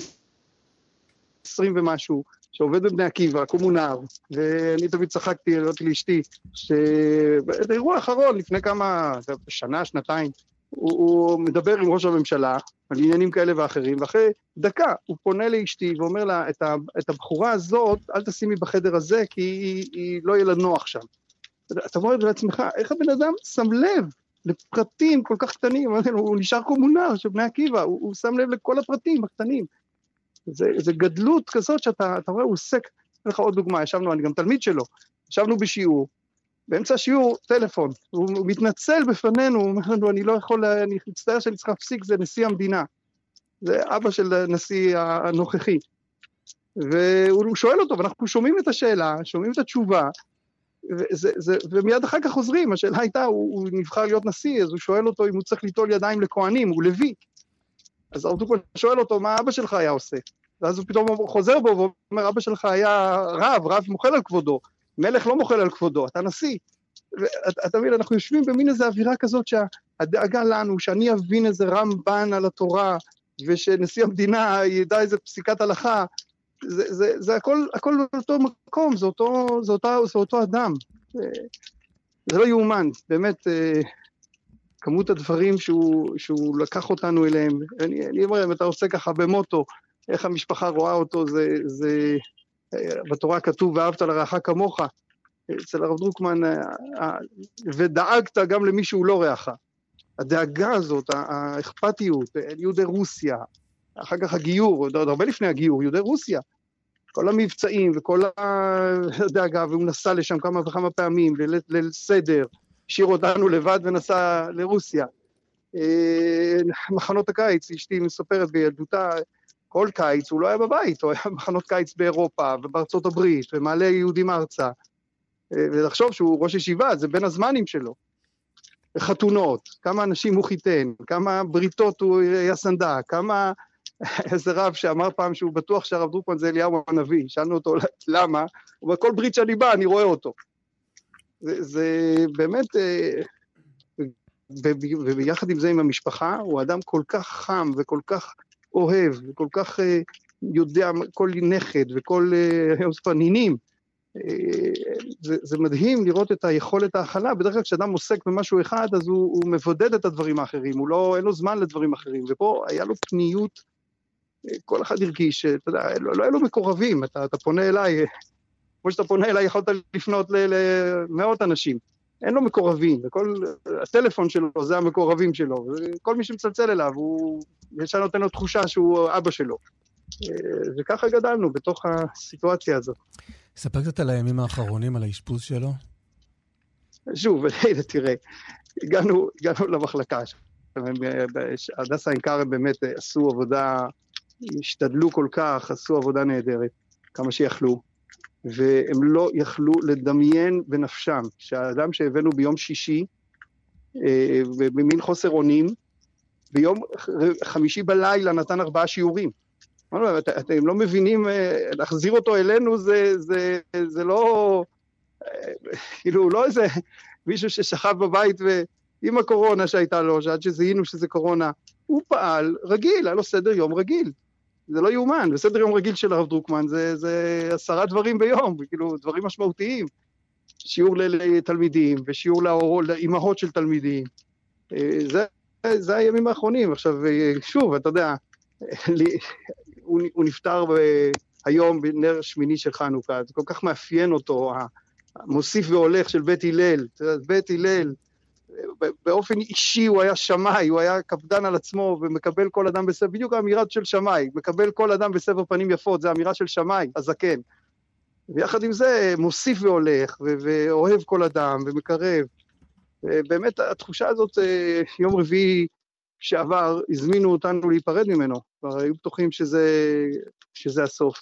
20 ומשהו, שעובד בבני עקיבא, קומונר, ואני תמיד צחקתי, ראיתי לאשתי, שבאירוע האחרון, לפני כמה, שנה, שנתיים, הוא מדבר עם ראש הממשלה, על עניינים כאלה ואחרים, ואחרי דקה הוא פונה לאשתי ואומר לה, את הבחורה הזאת, אל תשימי בחדר הזה, כי היא לא יהיה לה נוח שם. אתה אומר לעצמך, איך הבן אדם שם לב לפרטים כל כך קטנים, הוא נשאר קומונר של בני עקיבא, הוא שם לב לכל הפרטים הקטנים. זה גדלות כזאת שאתה רואה, הוא עוסק, לך עוד דוגמה, אני גם תלמיד שלו, ישבנו בשיעור, באמצע השיעור, טלפון, הוא מתנצל בפנינו, הוא אומר לנו, אני לא יכול, אני מצטער שאני צריך להפסיק, זה נשיא המדינה, זה אבא של נשיא הנוכחי, והוא שואל אותו, ואנחנו שומעים את השאלה, שומעים את התשובה, ומיד אחר כך חוזרים, השאלה הייתה, הוא נבחר להיות נשיא, אז הוא שואל אותו אם הוא צריך ליטול ידיים לכהנים, הוא לוי, אז הוא שואל אותו, מה אבא שלך היה עושה? ואז הוא פתאום חוזר בו, ואומר, אבא שלך היה רב מוחל על כבודו, מלך לא מוחל על כבודו, אתה נשיא. אתה מבין, אנחנו יושבים במין איזו אווירה כזאת שהדאגה לנו, שאני אבין איזה רמב"ן על התורה, ושנשיא המדינה ידע איזה פסיקת הלכה, זה הכל באותו מקום, זה אותו אדם. זה לא יאומן, באמת, כמות הדברים שהוא לקח אותנו אליהם. אני אומר, אם אתה עושה ככה במוטו, איך המשפחה רואה אותו, זה בתורה כתוב, ואהבת לרעך כמוך, אצל הרב דרוקמן, ודאגת גם למי שהוא לא רעך. הדאגה הזאת, האכפתיות, יהודי רוסיה, אחר כך הגיור, עוד הרבה לפני הגיור, יהודי רוסיה, כל המבצעים וכל הדאגה, והוא נסע לשם כמה וכמה פעמים, לסדר, השאיר אותנו לבד ונסע לרוסיה. מחנות הקיץ, אשתי מספרת בילדותה, כל קיץ הוא לא היה בבית, הוא היה מחנות קיץ באירופה ובארצות הברית, ומעלה יהודים ארצה. ולחשוב שהוא ראש ישיבה, זה בין הזמנים שלו. חתונות, כמה אנשים הוא חיתן, כמה בריתות הוא היה סנדק, כמה... איזה רב שאמר פעם שהוא בטוח שהרב דרוקמן זה אליהו הנביא, שאלנו אותו למה, ובכל ברית שאני בא אני רואה אותו. זה באמת, וביחד עם זה עם המשפחה, הוא אדם כל כך חם וכל כך אוהב, וכל כך יודע כל נכד וכל פנינים. זה מדהים לראות את היכולת ההכלה. בדרך כלל כשאדם עוסק במשהו אחד, אז הוא מבודד את הדברים האחרים, אין לו זמן לדברים אחרים, ופה היה לו פניות, כל אחד הרגיש, אתה יודע, לא היה לו מקורבים, אתה פונה אליי, כמו שאתה פונה אליי, יכולת לפנות למאות אנשים, אין לו מקורבים, וכל הטלפון שלו זה המקורבים שלו, כל מי שמצלצל אליו, יש נותן לו תחושה שהוא אבא שלו, וככה גדלנו בתוך הסיטואציה הזאת. ספר קצת על הימים האחרונים, על האשפוז שלו. שוב, תראה, הגענו למחלקה, הדסה עין כרם באמת עשו עבודה, השתדלו כל כך, עשו עבודה נהדרת, כמה שיכלו, והם לא יכלו לדמיין בנפשם, שהאדם שהבאנו ביום שישי, במין חוסר אונים, ביום חמישי בלילה נתן 4 שיעורים. אתם לא מבינים, להחזיר אותו אלינו זה לא, כאילו לא איזה מישהו ששכב בבית ועם הקורונה שהייתה לו, שעד שזיהינו שזה קורונה, הוא פעל רגיל, היה לו סדר יום רגיל. זה לא יאומן, בסדר יום רגיל של הרב דרוקמן זה 10 דברים ביום, כאילו דברים משמעותיים. שיעור לתלמידים ושיעור לאימהות של תלמידים. זה הימים האחרונים. עכשיו, שוב, אתה יודע, הוא נפטר היום בנר שמיני של חנוכה, זה כל כך מאפיין אותו, המוסיף והולך של בית הלל, בית הלל, באופן אישי הוא היה שמאי, הוא היה קפדן על עצמו, ומקבל כל אדם בספר, בדיוק האמירה של שמאי, מקבל כל אדם בספר פנים יפות, זה האמירה של שמאי, הזקן. ויחד עם זה מוסיף והולך, ואוהב כל אדם, ומקרב. ובאמת התחושה הזאת, יום רביעי שעבר, הזמינו אותנו להיפרד ממנו, כבר היו בטוחים שזה הסוף.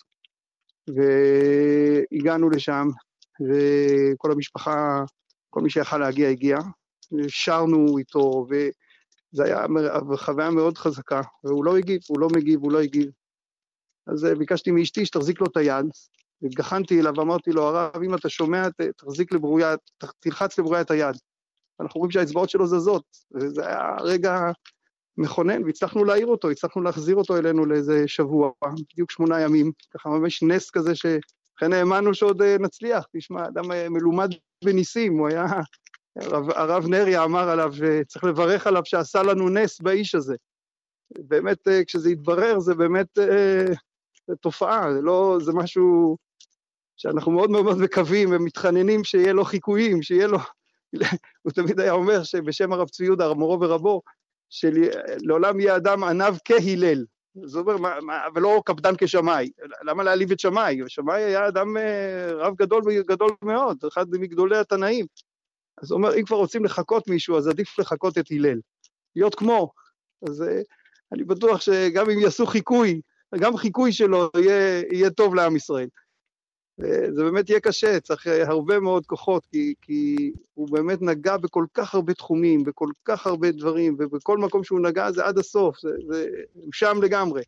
והגענו לשם, וכל המשפחה, כל מי שיכל להגיע, הגיע. שרנו איתו, וזה היה חוויה מאוד חזקה, והוא לא הגיב. אז ביקשתי מאשתי שתחזיק לו את היד, וגחנתי אליו ואמרתי לו, הרב, אם אתה שומע, תחזיק לברוריה, תלחץ לברוריה את היד. אנחנו רואים שהאצבעות שלו זזות, וזה היה רגע מכונן, והצלחנו להעיר אותו, הצלחנו להחזיר אותו אלינו לאיזה שבוע, בדיוק 8 ימים, ככה ממש נס כזה שכן האמנו שעוד נצליח, תשמע, אדם מלומד בניסים, הוא היה, הרב נריה אמר עליו, צריך לברך עליו שעשה לנו נס באיש הזה. באמת, כשזה יתברר, זה באמת תופעה, זה משהו שאנחנו מאוד מאוד מקווים ומתחננים שיהיה לו חיקויים, שיהיה לו, הוא תמיד היה אומר שבשם הרב צבי יהודה, מורו ורבו, שלעולם יהיה אדם ענב כהלל, זה אומר, ולא קפדן כשמאי, למה להעליב את שמאי? שמאי היה אדם רב גדול מאוד, אחד מגדולי התנאים, אז הוא אומר, אם כבר רוצים לחכות מישהו, אז עדיף לחכות את הלל, להיות כמו, אז אני בטוח שגם אם יעשו חיקוי, גם חיקוי שלו יהיה טוב לעם ישראל. זה באמת יהיה קשה, צריך הרבה מאוד כוחות, כי הוא באמת נגע בכל כך הרבה תחומים, בכל כך הרבה דברים, ובכל מקום שהוא נגע זה עד הסוף, זה שם לגמרי.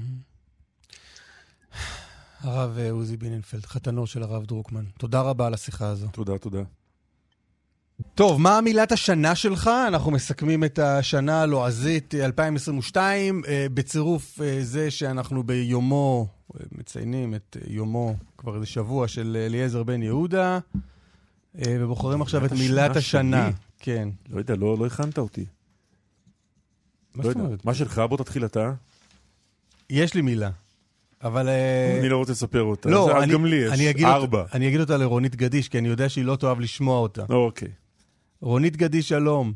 הרב עוזי ביננפלד, חתנו של הרב דרוקמן, תודה רבה על השיחה הזו. תודה. טוב, מה מילת השנה שלך? אנחנו מסכמים את השנה הלועזית 2022, בצירוף זה שאנחנו ביומו, מציינים את יומו כבר איזה שבוע של אליעזר בן יהודה, ובוחרים עכשיו את מילת השנה. כן. לא יודע, לא הכנת אותי. מה זאת אומרת? מה שלך? בוא תתחיל אתה. יש לי מילה. אבל אני לא רוצה לספר אותה. לא, גם לי יש 4. אני אגיד אותה לרונית גדיש, כי אני יודע שהיא לא תאהב לשמוע אותה. אוקיי. רונית גדיש, שלום.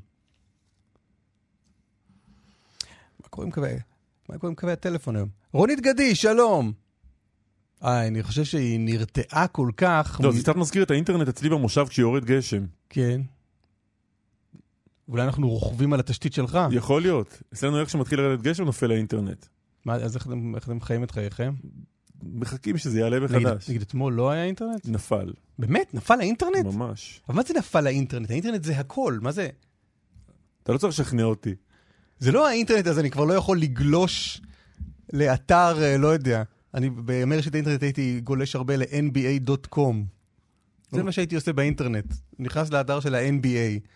מה קוראים קווי הטלפון היום? רונית גדיש, שלום. אני חושב שהיא נרתעה כל כך. לא, זה קצת מזכיר את האינטרנט אצלי במושב כשיורד גשם. כן. אולי אנחנו רוכבים על התשתית שלך. יכול להיות. אצלנו איך שמתחיל לרדת גשם נופל האינטרנט. מה, אז איך אתם חיים את חייכם? מחכים שזה יעלה מחדש. נגיד אתמול לא היה אינטרנט? נפל. באמת? נפל האינטרנט? ממש. אבל מה זה נפל האינטרנט? האינטרנט זה הכל, מה זה? אתה לא צריך לשכנע אותי. זה לא האינטרנט, אז אני כבר לא יכול לגלוש לאתר, לא יודע. אני במרשת האינטרנט הייתי גולש הרבה ל-nba.com. זה מה שהייתי עושה באינטרנט. נכנס לאתר של ה-NBA.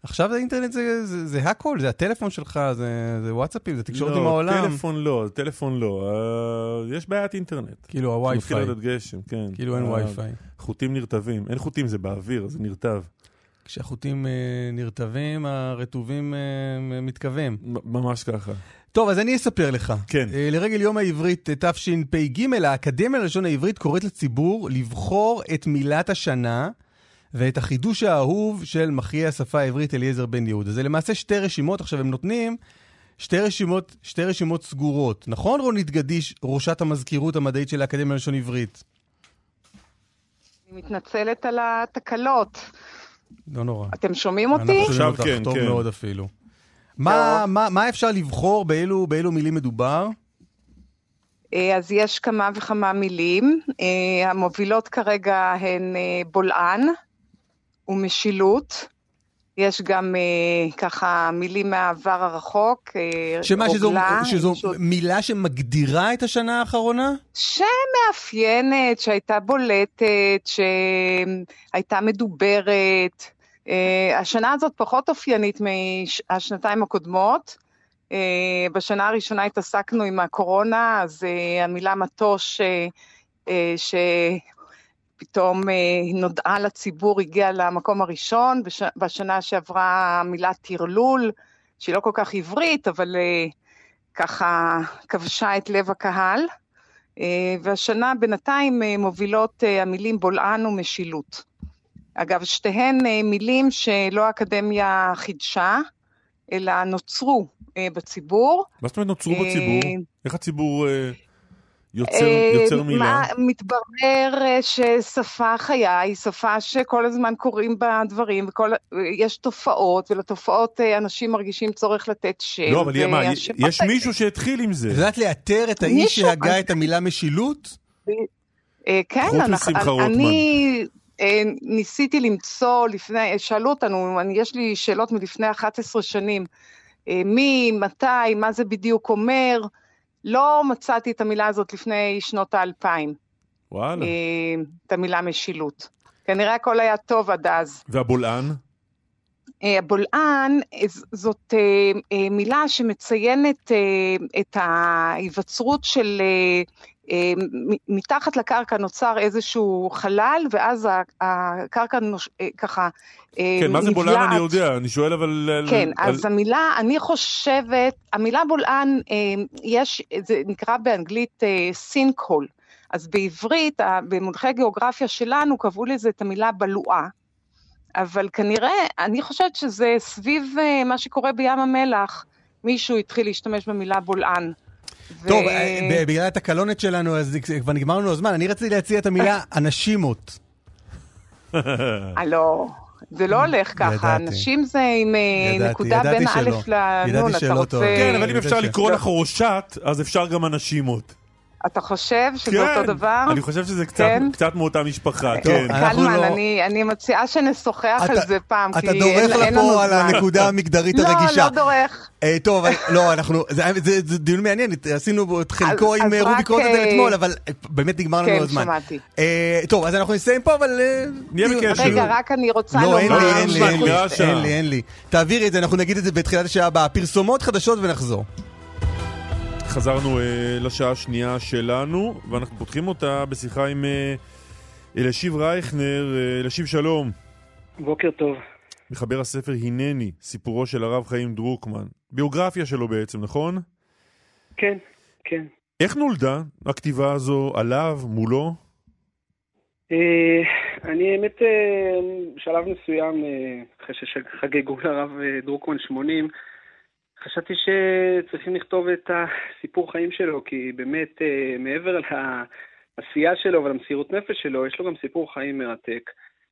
עכשיו האינטרנט זה הכל, זה הטלפון שלך, זה וואטסאפים, זה תקשורת עם העולם. טלפון לא. יש בעיית אינטרנט. כאילו הווי-פיי. מתחיל לדעת גשם, כן. כאילו אין ווי-פיי. חוטים נרטבים. אין חוטים, זה באוויר, זה נרטב. כשהחוטים נרטבים, הרטובים מתכוונים. ממש ככה. טוב, אז אני אספר לך. כן. לרגל יום העברית תשפ"ג, האקדמיה ללשון העברית קוראת לציבור לבחור את מילת השנה ואת החידוש האהוב של מחיה השפה העברית אליעזר בן יהודה. זה למעשה שתי רשימות, עכשיו הם נותנים שתי רשימות סגורות. נכון, רונית גדיש, ראשת המזכירות המדעית של האקדמיה ללשון עברית? אני מתנצלת על התקלות. לא נורא. אתם שומעים אותי? אנחנו שומעים אותך טוב מאוד אפילו. מה אפשר לבחור, באילו מילים מדובר? אז יש כמה וכמה מילים. המובילות כרגע הן בולען ומשילות. יש גם ככה מילים מהעבר הרחוק. שזו מילה שמגדירה את השנה האחרונה? שמאפיינת, שהייתה בולטת, שהייתה מדוברת. השנה הזאת פחות אופיינית מהשנתיים הקודמות. בשנה הראשונה התעסקנו עם הקורונה, אז המילה מטוש שפתאום נודעה לציבור הגיעה למקום הראשון. בשנה שעברה המילה תרלול, שהיא לא כל כך עברית, אבל ככה כבשה את לב הקהל. והשנה בינתיים מובילות המילים בולען ומשילות. אגב, שתיהן מילים שלא האקדמיה חידשה, אלא נוצרו בציבור. מה זאת אומרת נוצרו בציבור? איך הציבור יוצר מילה? מתברר ששפה חיה היא שפה שכל הזמן קוראים בה דברים, יש תופעות, ולתופעות אנשים מרגישים צורך לתת שם. לא, אבל יש מישהו שהתחיל עם זה. יודעת לאתר את האיש שהגה את המילה משילות? כן, אני ניסיתי למצוא לפני, שאלו אותנו, יש לי שאלות מלפני 11 שנים, מתי, מה זה בדיוק אומר, לא מצאתי את המילה הזאת לפני שנות ה-2000. וואלה. את המילה משילות. כנראה הכל היה טוב עד אז. והבולען? הבולען זאת מילה שמציינת את ההיווצרות של מתחת לקרקע נוצר איזשהו חלל, ואז הקרקע ככה כן, מה זה בולען אני יודע, אני שואל אבל... כן, אז המילה, אני חושבת, המילה בולען, זה נקרא באנגלית סינקהול, אז בעברית, במונחי גיאוגרפיה שלנו, קבעו לזה את המילה בלועה, אבל כנראה, אני חושבת שזה סביב מה שקורה בים המלח, מישהו התחיל להשתמש במילה בולען. טוב, בגלל התקלונת שלנו, אז כבר נגמר לנו הזמן, אני רציתי להציע את המילה אנשימות. לא, זה לא הולך ככה, אנשים זה עם נקודה בין א' לנון, אתה רוצה... כן, אבל אם אפשר לקרוא לך ראשת, אז אפשר גם אנשימות. אתה חושב שזה אותו דבר? אני חושב שזה קצת מאותה משפחה, כן. קלמן, אני מציעה שנשוחח על זה פעם, כי אין לנו זמן. אתה דורך לפה על הנקודה המגדרית הרגישה. לא, לא דורך. טוב, לא, זה דיון מעניין, עשינו את חלקו עם רובי קרוטנדל אתמול, אבל באמת נגמר לנו הזמן. כן, שמעתי. טוב, אז אנחנו נסיים פה, אבל... רגע, רק אני רוצה לומר... לא, אין לי. תעבירי את זה, אנחנו נגיד את זה בתחילת השעה הבאה. פרסומות חדשות ונחזור. חזרנו לשעה השנייה שלנו, ואנחנו פותחים אותה בשיחה עם אלישיב רייכנר. אלישיב, שלום. בוקר טוב. מחבר הספר הנני, סיפורו של הרב חיים דרוקמן. ביוגרפיה שלו בעצם, נכון? כן, כן. איך נולדה הכתיבה הזו עליו, מולו? אני האמת, בשלב מסוים, אחרי שחגגו לרב דרוקמן 80, חשבתי שצריכים לכתוב את הסיפור חיים שלו, כי באמת מעבר לעשייה שלו ולמסירות נפש שלו, יש לו גם סיפור חיים מרתק.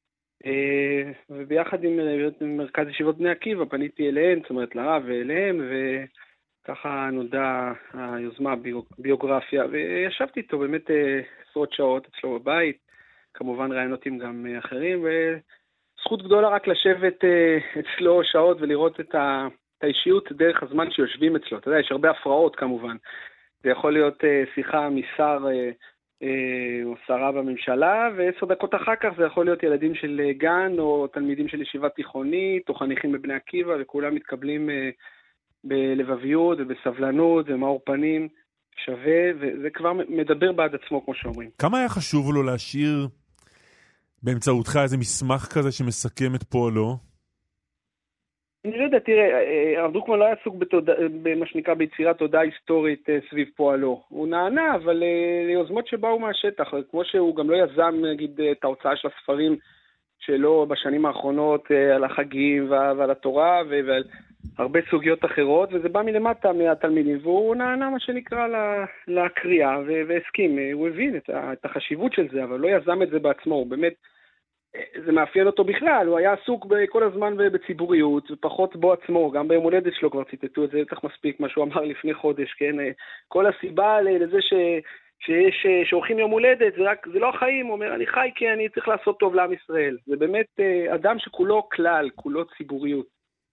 וביחד עם מרכז ישיבות בני עקיבא פניתי אליהם, זאת אומרת לרב ואליהם, וככה נולדה היוזמה ביוגרפיה, וישבתי איתו באמת עשרות שעות אצלו בבית, כמובן ראיונות עם גם אחרים, וזכות גדולה רק לשבת אצלו שעות ולראות את האישיות דרך הזמן שיושבים אצלו. אתה יודע, יש הרבה הפרעות כמובן. זה יכול להיות שיחה משר או שרה בממשלה, ו10 דקות אחר כך זה יכול להיות ילדים של גן, או תלמידים של ישיבה תיכונית, או חניכים בבני עקיבא, וכולם מתקבלים בלבביות ובסבלנות ומאור פנים שווה, וזה כבר מדבר בעד עצמו, כמו שאומרים. כמה היה חשוב לו להשאיר באמצעותך איזה מסמך כזה שמסכם את פועלו? אני לא יודע, תראה, הרב דרוקמן לא היה עסוק במה שנקרא ביצירת תודעה היסטורית סביב פועלו. הוא נענה, אבל ליוזמות שבאו מהשטח, כמו שהוא גם לא יזם, נגיד, את ההוצאה של הספרים שלו בשנים האחרונות על החגים ועל התורה ועל הרבה סוגיות אחרות, וזה בא מלמטה מהתלמידים, והוא נענה מה שנקרא לקריאה והסכים. הוא הבין את החשיבות של זה, אבל לא יזם את זה בעצמו, הוא באמת, זה מאפיין אותו בכלל, הוא היה עסוק כל הזמן בציבוריות, ופחות בו עצמו, גם ביום הולדת שלו כבר ציטטו את זה, צריך מספיק מה שהוא אמר לפני חודש, כן? כל הסיבה לזה שהולכים יום הולדת, זה לא החיים, הוא אומר, אני חי כי אני צריך לעשות טוב לעם ישראל. זה באמת אדם שכולו כלל, כולו ציבוריות.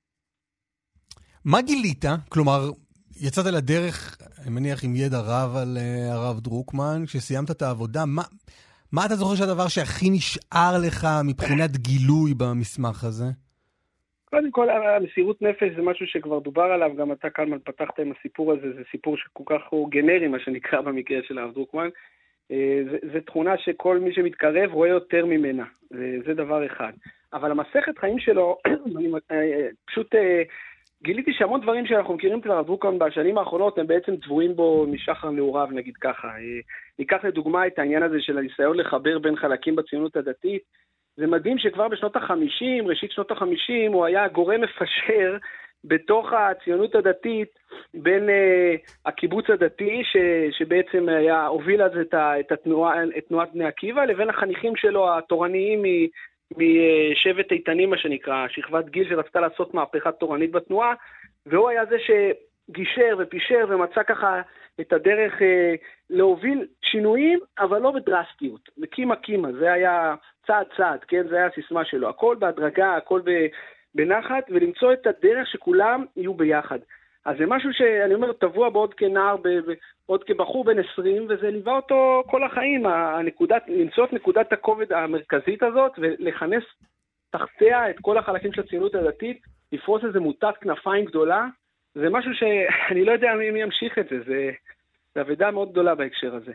מה גילית? כלומר, יצאת לדרך, אני מניח עם ידע רב על הרב דרוקמן, כשסיימת את העבודה, מה אתה זוכר שהדבר שהכי נשאר לך מבחינת גילוי במסמך הזה? קודם כל, המסירות נפש זה משהו שכבר דובר עליו, גם אתה קלמן פתחת עם הסיפור הזה, זה סיפור שכל כך הוא גנרי, מה שנקרא במקרה של הרב דרוקמן. זה תכונה שכל מי שמתקרב רואה יותר ממנה, זה דבר אחד. אבל המסכת חיים שלו, פשוט גיליתי שהמון דברים שאנחנו מכירים את הרב דרוקמן בשנים האחרונות, הם בעצם טבועים בו משחר נעוריו, נגיד ככה. ניקח לדוגמה את העניין הזה של הניסיון לחבר בין חלקים בציונות הדתית. זה מדהים שכבר בשנות ה-50, ראשית שנות ה-50, הוא היה גורם מפשר בתוך הציונות הדתית, בין הקיבוץ הדתי, שבעצם הוביל אז את תנועת בני עקיבא, לבין החניכים שלו התורניים משבט איתנים, מה שנקרא, שכבת גיל שרצתה לעשות מהפכה תורנית בתנועה, והוא היה זה שגישר ופישר ומצא ככה את הדרך להוביל שינויים, אבל לא בדרסטיות, בקימה, זה היה צעד צעד, כן, זה היה הסיסמה שלו, הכל בהדרגה, הכל בנחת, ולמצוא את הדרך שכולם יהיו ביחד. אז זה משהו שאני אומר, טבוע בעוד כנער, עוד כבחור בן 20, וזה ליווה אותו כל החיים, למצוא את נקודת הכובד המרכזית הזאת, ולכנס תחתיה את כל החלקים של הציונות הדתית, לפרוס איזה מוטת כנפיים גדולה, זה משהו שאני לא יודע מי ימשיך את זה, זה עבודה מאוד גדולה בהקשר הזה.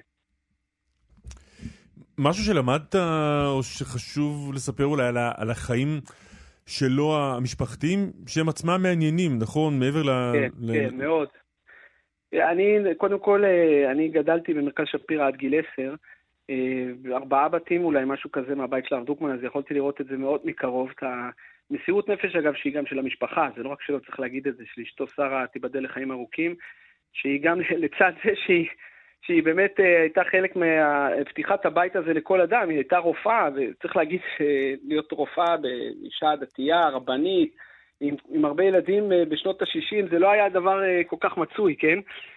משהו שלמדת, או שחשוב לספר אולי על החיים שלו המשפחתיים, שהם עצמם מעניינים, נכון? מעבר כן, מאוד. קודם כל, אני גדלתי במרכז שפירא עד גיל 10, 4 בתים אולי, משהו כזה מהבית של הרב דרוקמן, אז יכולתי לראות את זה מאוד מקרוב, את המסירות נפש אגב, שהיא גם של המשפחה, זה לא רק שלא צריך להגיד את זה, של אשתו שרה תיבדל לחיים ארוכים, שהיא גם לצד זה שהיא באמת הייתה חלק מפתיחת הבית הזה לכל אדם, היא הייתה רופאה, וצריך להגיד להיות רופאה באישה דתייה, רבנית, עם הרבה ילדים בשנות ה-60, זה לא היה דבר כל כך מצוי, כן?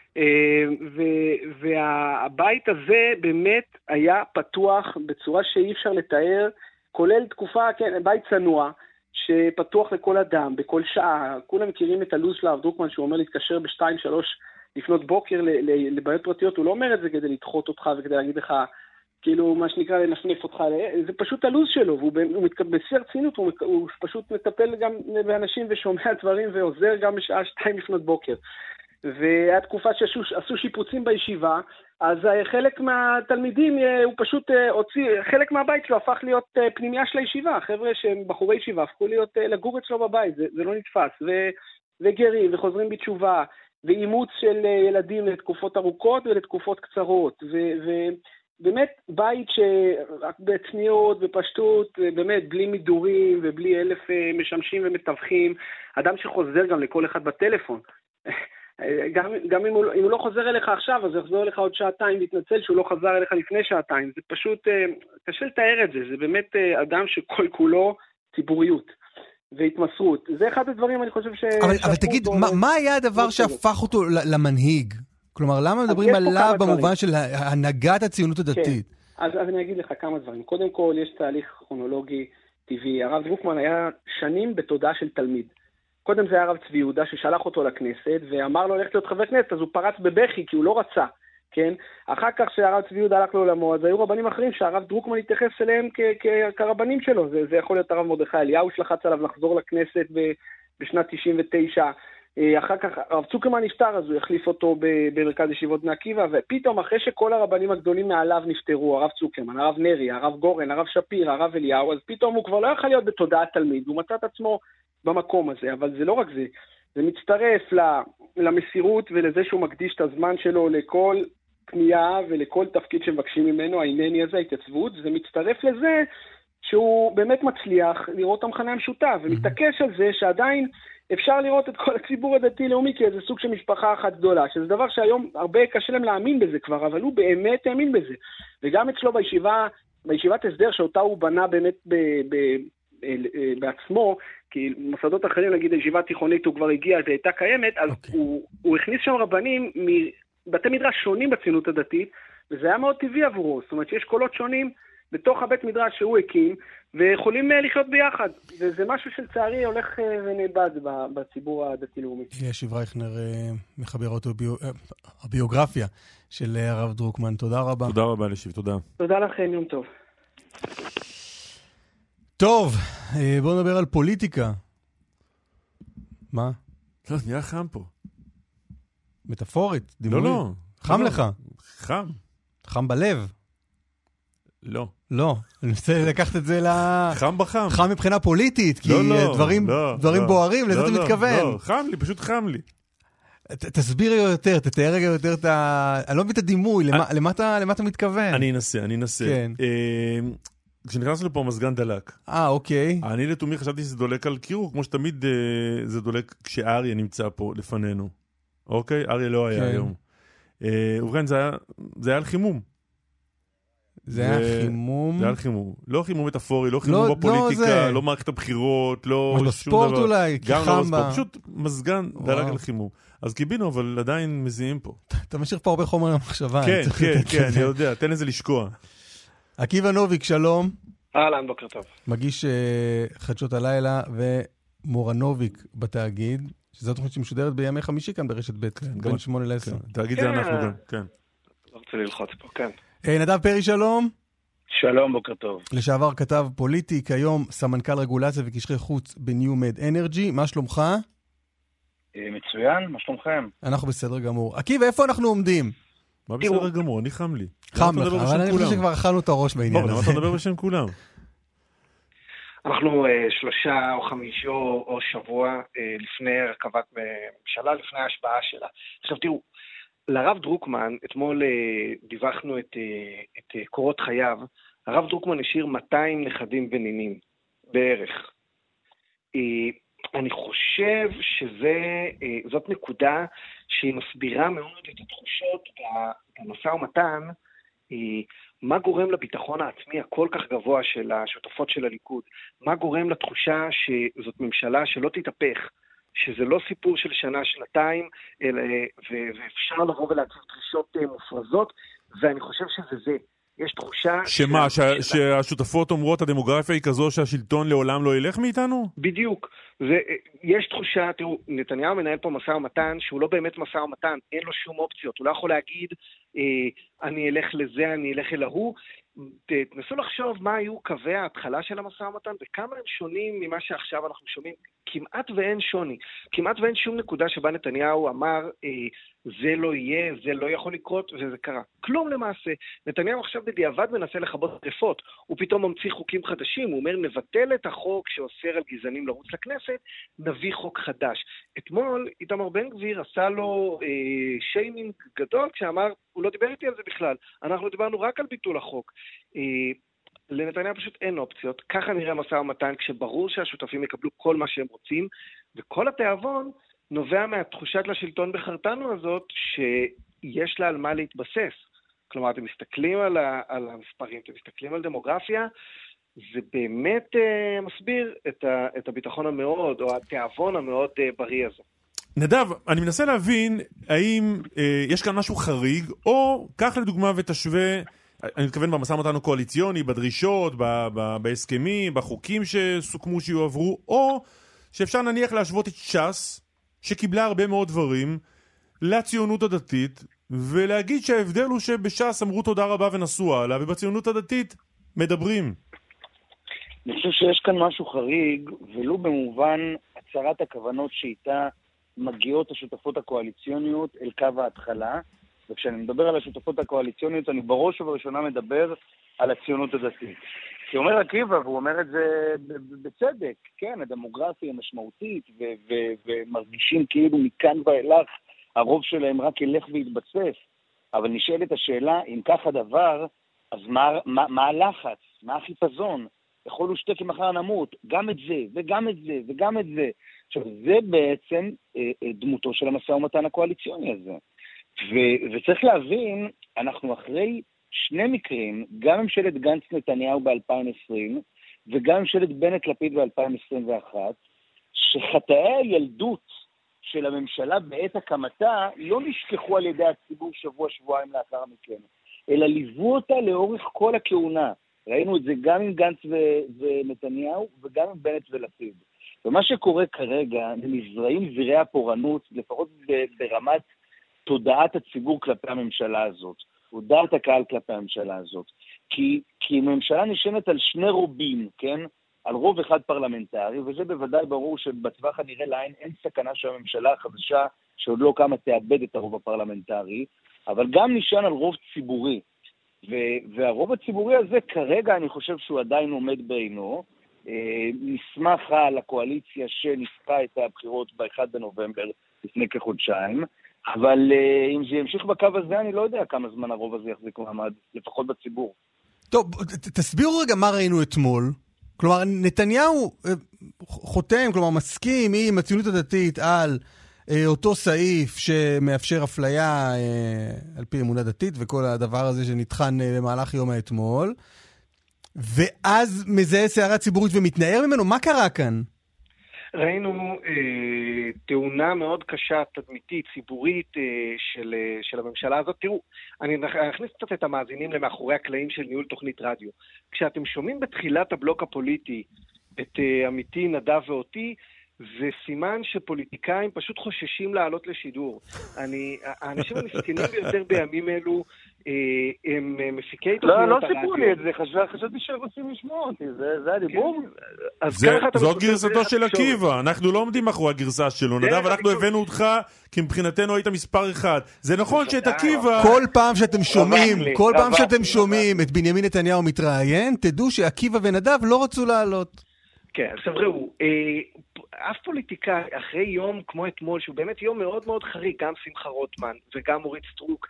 והבית הזה באמת היה פתוח בצורה שאי אפשר לתאר, כולל תקופה, כן, בית צנוע, שפתוח לכל אדם, בכל שעה, כולם מכירים את הלו"ז של הרב דרוקמן, שהוא אומר להתקשר ב-2-3 לפנות בוקר לבעיות פרטיות, הוא לא אומר את זה כדי לדחות אותך וכדי להגיד לך, כאילו מה שנקרא לנפנף אותך, זה פשוט הלו"ז שלו, והוא בשיא הרצינות, הוא פשוט מטפל גם באנשים ושומע דברים ועוזר גם בשעה 2 לפנות בוקר. והיה תקופה שעשו שיפוצים בישיבה, אז חלק מהתלמידים, הוא פשוט הוציא, חלק מהבית שלו הפך להיות פנימיה של הישיבה, חבר'ה שהם בחורי ישיבה, הפכו להיות לגור אצלו בבית, זה לא נתפס, וגרים וחוזרים בתשובה, ואימוץ של ילדים לתקופות ארוכות ולתקופות קצרות, ובאמת בית שרק בצניעות ופשטות, באמת בלי מידורים ובלי 1000 משמשים ומתווכים, אדם שחוזר גם לכל אחד בטלפון, גם אם הוא לא חוזר אליך עכשיו, אז יחזור אליך עוד 2 שעות, להתנצל שהוא לא חזר אליך לפני 2 שעות, זה פשוט קשה לתאר את זה, זה באמת אדם שכל כולו ציבוריות. והתמסרות. זה אחד הדברים, אני חושב אבל תגיד, מה היה הדבר שהפך אותו למנהיג? כלומר, למה מדברים עליו במובן של הנהגת הציונות הדתית? אז אני אגיד לך כמה דברים. קודם כל, יש תהליך כרונולוגי טבעי. הרב דרוקמן היה שנים בתודעה של תלמיד. קודם זה היה הרב צבי יהודה ששלח אותו לכנסת, ואמר לו ללכת להיות חבר כנסת, אז הוא פרץ בבכי, כי הוא לא רצה. כן? אחר כך שהרב צבי יהודה הלך לעולמו, אז היו רבנים אחרים שהרב דרוקמן התייחס אליהם כרבנים שלו. זה יכול להיות הרב מרדכי אליהו שלחץ עליו לחזור לכנסת בשנת 99. אחר כך הרב צוקרמן נפטר, אז הוא החליף אותו במרכז ישיבות בני עקיבא, ופתאום אחרי שכל הרבנים הגדולים מעליו נפטרו, הרב צוקרמן, הרב נרי, הרב גורן, הרב שפיר, הרב אליהו, אז פתאום הוא כבר לא יכול להיות בתודעת תלמיד, הוא מצא את עצמו במקום הזה. אבל זה לא רק זה, זה מצטרף למסירות ולזה שהוא מקדיש את הזמן שלו לכל פנייה ולכל תפקיד שמבקשים ממנו, הענייני הזה, ההתייצבות, זה מצטרף לזה שהוא באמת מצליח לראות המחנה המשותף, ומתעקש על זה שעדיין אפשר לראות את כל הציבור הדתי-לאומי כאיזה סוג של משפחה אחת גדולה, שזה דבר שהיום הרבה קשה להם להאמין בזה כבר, אבל הוא באמת האמין בזה. וגם אצלו בישיבת הסדר שאותה הוא בנה באמת בעצמו, כי מוסדות אחרים, נגיד ישיבה תיכונית, הוא כבר הגיע והייתה קיימת, אז הוא הכניס שם רבנים מבתי מדרש שונים בציונות הדתית, וזה היה מאוד טבעי עבורו. זאת אומרת שיש קולות שונים בתוך הבית מדרש שהוא הקים, ויכולים לחיות ביחד. וזה משהו שלצערי הולך ונאבד בציבור הדתי-לאומי. ישיב רייכנר מחבר אותו הביוגרפיה של הרב דרוקמן. תודה רבה. תודה רבה לשיב, תודה. תודה לכם, יום טוב. טוב, בואו נדבר על פוליטיקה. מה? לא, נהיה חם פה. מטאפורית, דימוי. לא. חם לך. חם. חם בלב. לא. לא, אני רוצה לקחת את זה חם בחם. חם מבחינה פוליטית, כי דברים בוערים, לזה אתה מתכוון. לא, חם לי, פשוט חם לי. תסביר יותר, תתאר רגע יותר את אני לא מבין את הדימוי, למה אתה מתכוון? אני אנסה. כן. כשנכנסנו לפה מזגן דלק. אוקיי. אני לתומי חשבתי שזה דולק על קירור, כמו שתמיד זה דולק כשאריה נמצא פה לפנינו. אוקיי? אריה לא היה היום. ובכן, זה היה על חימום. זה היה חימום? זה היה על חימום. לא חימום מטאפורי, לא חימום בפוליטיקה, לא מערכת הבחירות, לא שום דבר. בספורט אולי, כי חם בה. פשוט מזגן דלק על חימום. אז קיבינו, אבל עדיין מזיעים פה. אתה משאיר פה הרבה חומר למחשבה. כן, אני יודע, תן איזה לשקוע. עקיבא נוביק, שלום. אהלן, בוקר טוב. מגיש חדשות הלילה, ומורה נוביק בתאגיד, שזו תוכנית שמשודרת בימי חמישי כאן ברשת ב', בין 8 ל-10. תאגיד זה אנחנו גם, כן. לא רוצה ללחוץ פה, כן. נדב פרי, שלום. שלום, בוקר טוב. לשעבר כתב פוליטי, כיום סמנכ"ל רגולציה וקשרי חוץ בניומד אנרג'י. מה שלומך? מצוין, מה שלומכם? אנחנו בסדר גמור. עקיבא, איפה אנחנו עומדים? מה בסדר גמור? אני חם לי. חם לך, אבל אני חושב שכבר אכלנו את הראש בעניין הזה. למה אתה מדבר בשם כולם? אנחנו 3 או 5 או שבוע לפני הרכבת ממשלה, לפני ההשבעה שלה. עכשיו תראו, לרב דרוקמן, אתמול דיווחנו את קורות חייו, הרב דרוקמן השאיר 200 נכדים ונינים, בערך. אני חושב שזאת נקודה שהיא מסבירה מאוד את התחושות במשא ומתן, מה גורם לביטחון העצמי הכל כך גבוה של השותפות של הליכוד, מה גורם לתחושה שזאת ממשלה שלא תתהפך, שזה לא סיפור של שנה, שנתיים, ואפשר לבוא ולהציב דרישות מופרזות, ואני חושב שזה זה. יש תחושה... שמה, שהשותפות אומרות, הדמוגרפיה היא כזו שהשלטון לעולם לא ילך מאיתנו? בדיוק. יש תחושה, תראו, נתניהו מנהל פה משא ומתן, שהוא לא באמת משא ומתן, אין לו שום אופציות, הוא לא יכול להגיד, אני אלך לזה, אני אלך אל ההוא, תנסו לחשוב מה היו קווי ההתחלה של המשא ומתן, וכמה הם שונים ממה שעכשיו אנחנו שומעים, כמעט ואין שוני, כמעט ואין שום נקודה שבה נתניהו אמר, זה לא יהיה, זה לא יכול לקרות, וזה קרה. כלום למעשה. נתניהו עכשיו בדיעבד מנסה לכבות רפות, הוא פתאום ממציא חוקים חדשים, הוא אומר, נבטל את החוק שאוסר על גזענים לרוץ לכנסת, נביא חוק חדש. אתמול, איתמר בן גביר עשה לו שיימינג גדול, כשאמר, הוא לא דיבר איתי על זה בכלל, אנחנו דיברנו רק על ביטול החוק. לנתניהו פשוט אין אופציות, ככה נראה משא ומתן, כשברור שהשותפים יקבלו כל מה שהם רוצים, וכל התיאבון נובע מהתחושת לשלטון בחרטנו הזאת, שיש לה על מה להתבסס. כלומר, אתם מסתכלים על המספרים, אתם מסתכלים על דמוגרפיה, זה באמת מסביר את הביטחון המאוד, או התיאבון המאוד בריא הזה. נדב, אני מנסה להבין האם יש כאן משהו חריג, או כך לדוגמה ותשווה, אני מתכוון במשא ומתן הקואליציוני, בדרישות, בהסכמים, בחוקים שסוכמו שיועברו, או שאפשר נניח להשוות את ש"ס, שקיבלה הרבה מאוד דברים, לציונות הדתית, ולהגיד שההבדל הוא שבש"ס אמרו תודה רבה ונסוע עליו, ובציונות הדתית מדברים. אני חושב שיש כאן משהו חריג, ולא במובן הצהרת הכוונות שאיתה מגיעות השותפות הקואליציוניות אל קו ההתחלה, וכשאני מדבר על השותפות הקואליציוניות, אני בראש ובראשונה מדבר על הציונות הדתית. כי אומר עקיבא, והוא אומר את זה בצדק, כן, הדמוגרפיה היא משמעותית, ומרגישים כאילו מכאן ואילך הרוב שלהם רק ילך ויתבסס, אבל נשאלת השאלה, אם כך הדבר, אז מה הלחץ? מה החיפזון? יכול להשתק אם מחר נמות, גם את זה, וגם את זה, וגם את זה. עכשיו, זה בעצם דמותו של המשא ומתן הקואליציוני הזה. וצריך להבין, אנחנו אחרי שני מקרים, גם ממשלת גנץ נתניהו ב-2020, וגם ממשלת בנט לפיד ב-2021, שחטאי הילדות של הממשלה בעת הקמתה לא נשכחו על ידי הציבור שבוע-שבועיים לאחר מכן, אלא ליוו אותה לאורך כל הכהונה. ראינו את זה גם עם גנץ ונתניהו, וגם עם בנט ולפיד. ומה שקורה כרגע, נזרעים זרעי הפורענות, לפחות ברמת תודעת הציבור כלפי הממשלה הזאת, תודעת הקהל כלפי הממשלה הזאת. כי ממשלה נשענת על שני רובים, כן? על רוב אחד פרלמנטרי, וזה בוודאי ברור שבטווח הנראה לעין אין סכנה שהממשלה החדשה, שעוד לא קמה, תאבד את הרוב הפרלמנטרי, אבל גם נשען על רוב ציבורי. והרוב הציבורי הזה כרגע אני חושב שהוא עדיין עומד בעינו, נסמך על הקואליציה שניסחה את הבחירות ב-1 בנובמבר לפני כחודשיים, אבל אם זה ימשיך בקו הזה, אני לא יודע כמה זמן הרוב הזה יחזיק מעמד, לפחות בציבור. טוב, תסבירו רגע מה ראינו אתמול. כלומר, נתניהו חותם, כלומר מסכים עם הציונות הדתית על אותו סעיף שמאפשר אפליה על פי אמונה דתית וכל הדבר הזה שנתחן במהלך יום האתמול, ואז מזהה סערה ציבורית ומתנער ממנו. מה קרה כאן? ראינו תאונה מאוד קשה, תדמיתית, ציבורית של הממשלה הזאת. תראו, אני אכניס קצת את המאזינים למאחורי הקלעים של ניהול תוכנית רדיו. כשאתם שומעים בתחילת הבלוק הפוליטי את עמיתי נדב ואותי, זה סימן שפוליטיקאים פשוט חוששים לעלות לשידור. האנשים המסכנים ביותר בימים אלו, הם מפיקי תוכניות הרדיו. לא סיפרו לי את זה, חשבתי שרוצים לשמוע אותי, זה הדיבור. זאת גרסתו של עקיבא, אנחנו לא עומדים מאחורי הגרסה שלו, נדב, אנחנו הבאנו אותך, כי מבחינתנו היית מספר אחד. זה נכון שאת עקיבא... כל פעם שאתם שומעים את בנימין נתניהו מתראיין, תדעו שעקיבא ונדב לא רצו לעלות. כן, עכשיו ראו, אף פוליטיקאי אחרי יום כמו אתמול, שהוא באמת יום מאוד מאוד חריג, גם שמחה רוטמן וגם אורית סטרוק,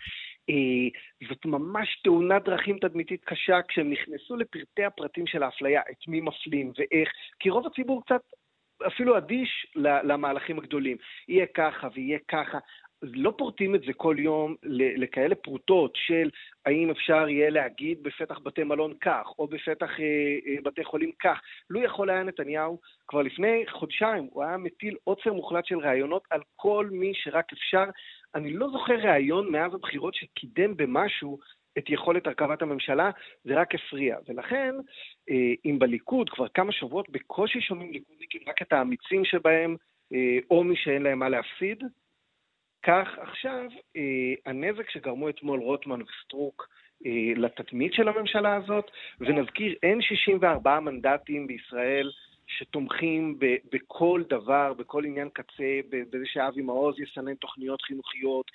זאת ממש תאונת דרכים תדמיתית קשה, כשהם נכנסו לפרטי הפרטים של האפליה, את מי מפלים ואיך, כי רוב הציבור קצת אפילו אדיש למהלכים הגדולים. יהיה ככה ויהיה ככה. לא פורטים את זה כל יום לכאלה פרוטות של האם אפשר יהיה להגיד בפתח בתי מלון כך, או בפתח בתי חולים כך. לא יכול היה נתניהו, כבר לפני חודשיים, הוא היה מטיל עוצר מוחלט של רעיונות על כל מי שרק אפשר. אני לא זוכר רעיון מאז הבחירות שקידם במשהו את יכולת הרכבת הממשלה, זה רק הפריע. ולכן, אם בליכוד כבר כמה שבועות בקושי שומעים ליכודניקים רק את האמיצים שבהם, או מי שאין להם מה להפסיד, כך עכשיו, הנזק שגרמו אתמול רוטמן וסטרוק לתתמית של הממשלה הזאת, ונזכיר, אין 64 מנדטים בישראל שתומכים בכל דבר, בכל עניין קצה, בזה שאבי מעוז יסנן תוכניות חינוכיות,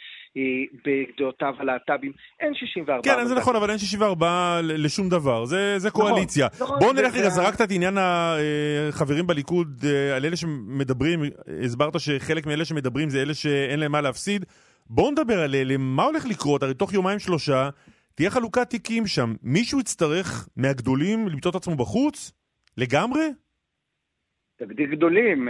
בדעותיו הלהט"בים, אין 64 כן, זה נכון, אבל אין 64 לשום דבר, זה קואליציה. בואו נלך רגע, זרקת את עניין החברים בליכוד, על אלה שמדברים, הסברת שחלק מאלה שמדברים זה אלה שאין להם מה להפסיד, בואו נדבר על אלה, מה הולך לקרות, הרי תוך יומיים שלושה, תהיה חלוקת תיקים שם, מישהו יצטרך מהגדולים למצוא את עצמו בחוץ? לגמרי? תגדיר גדולים,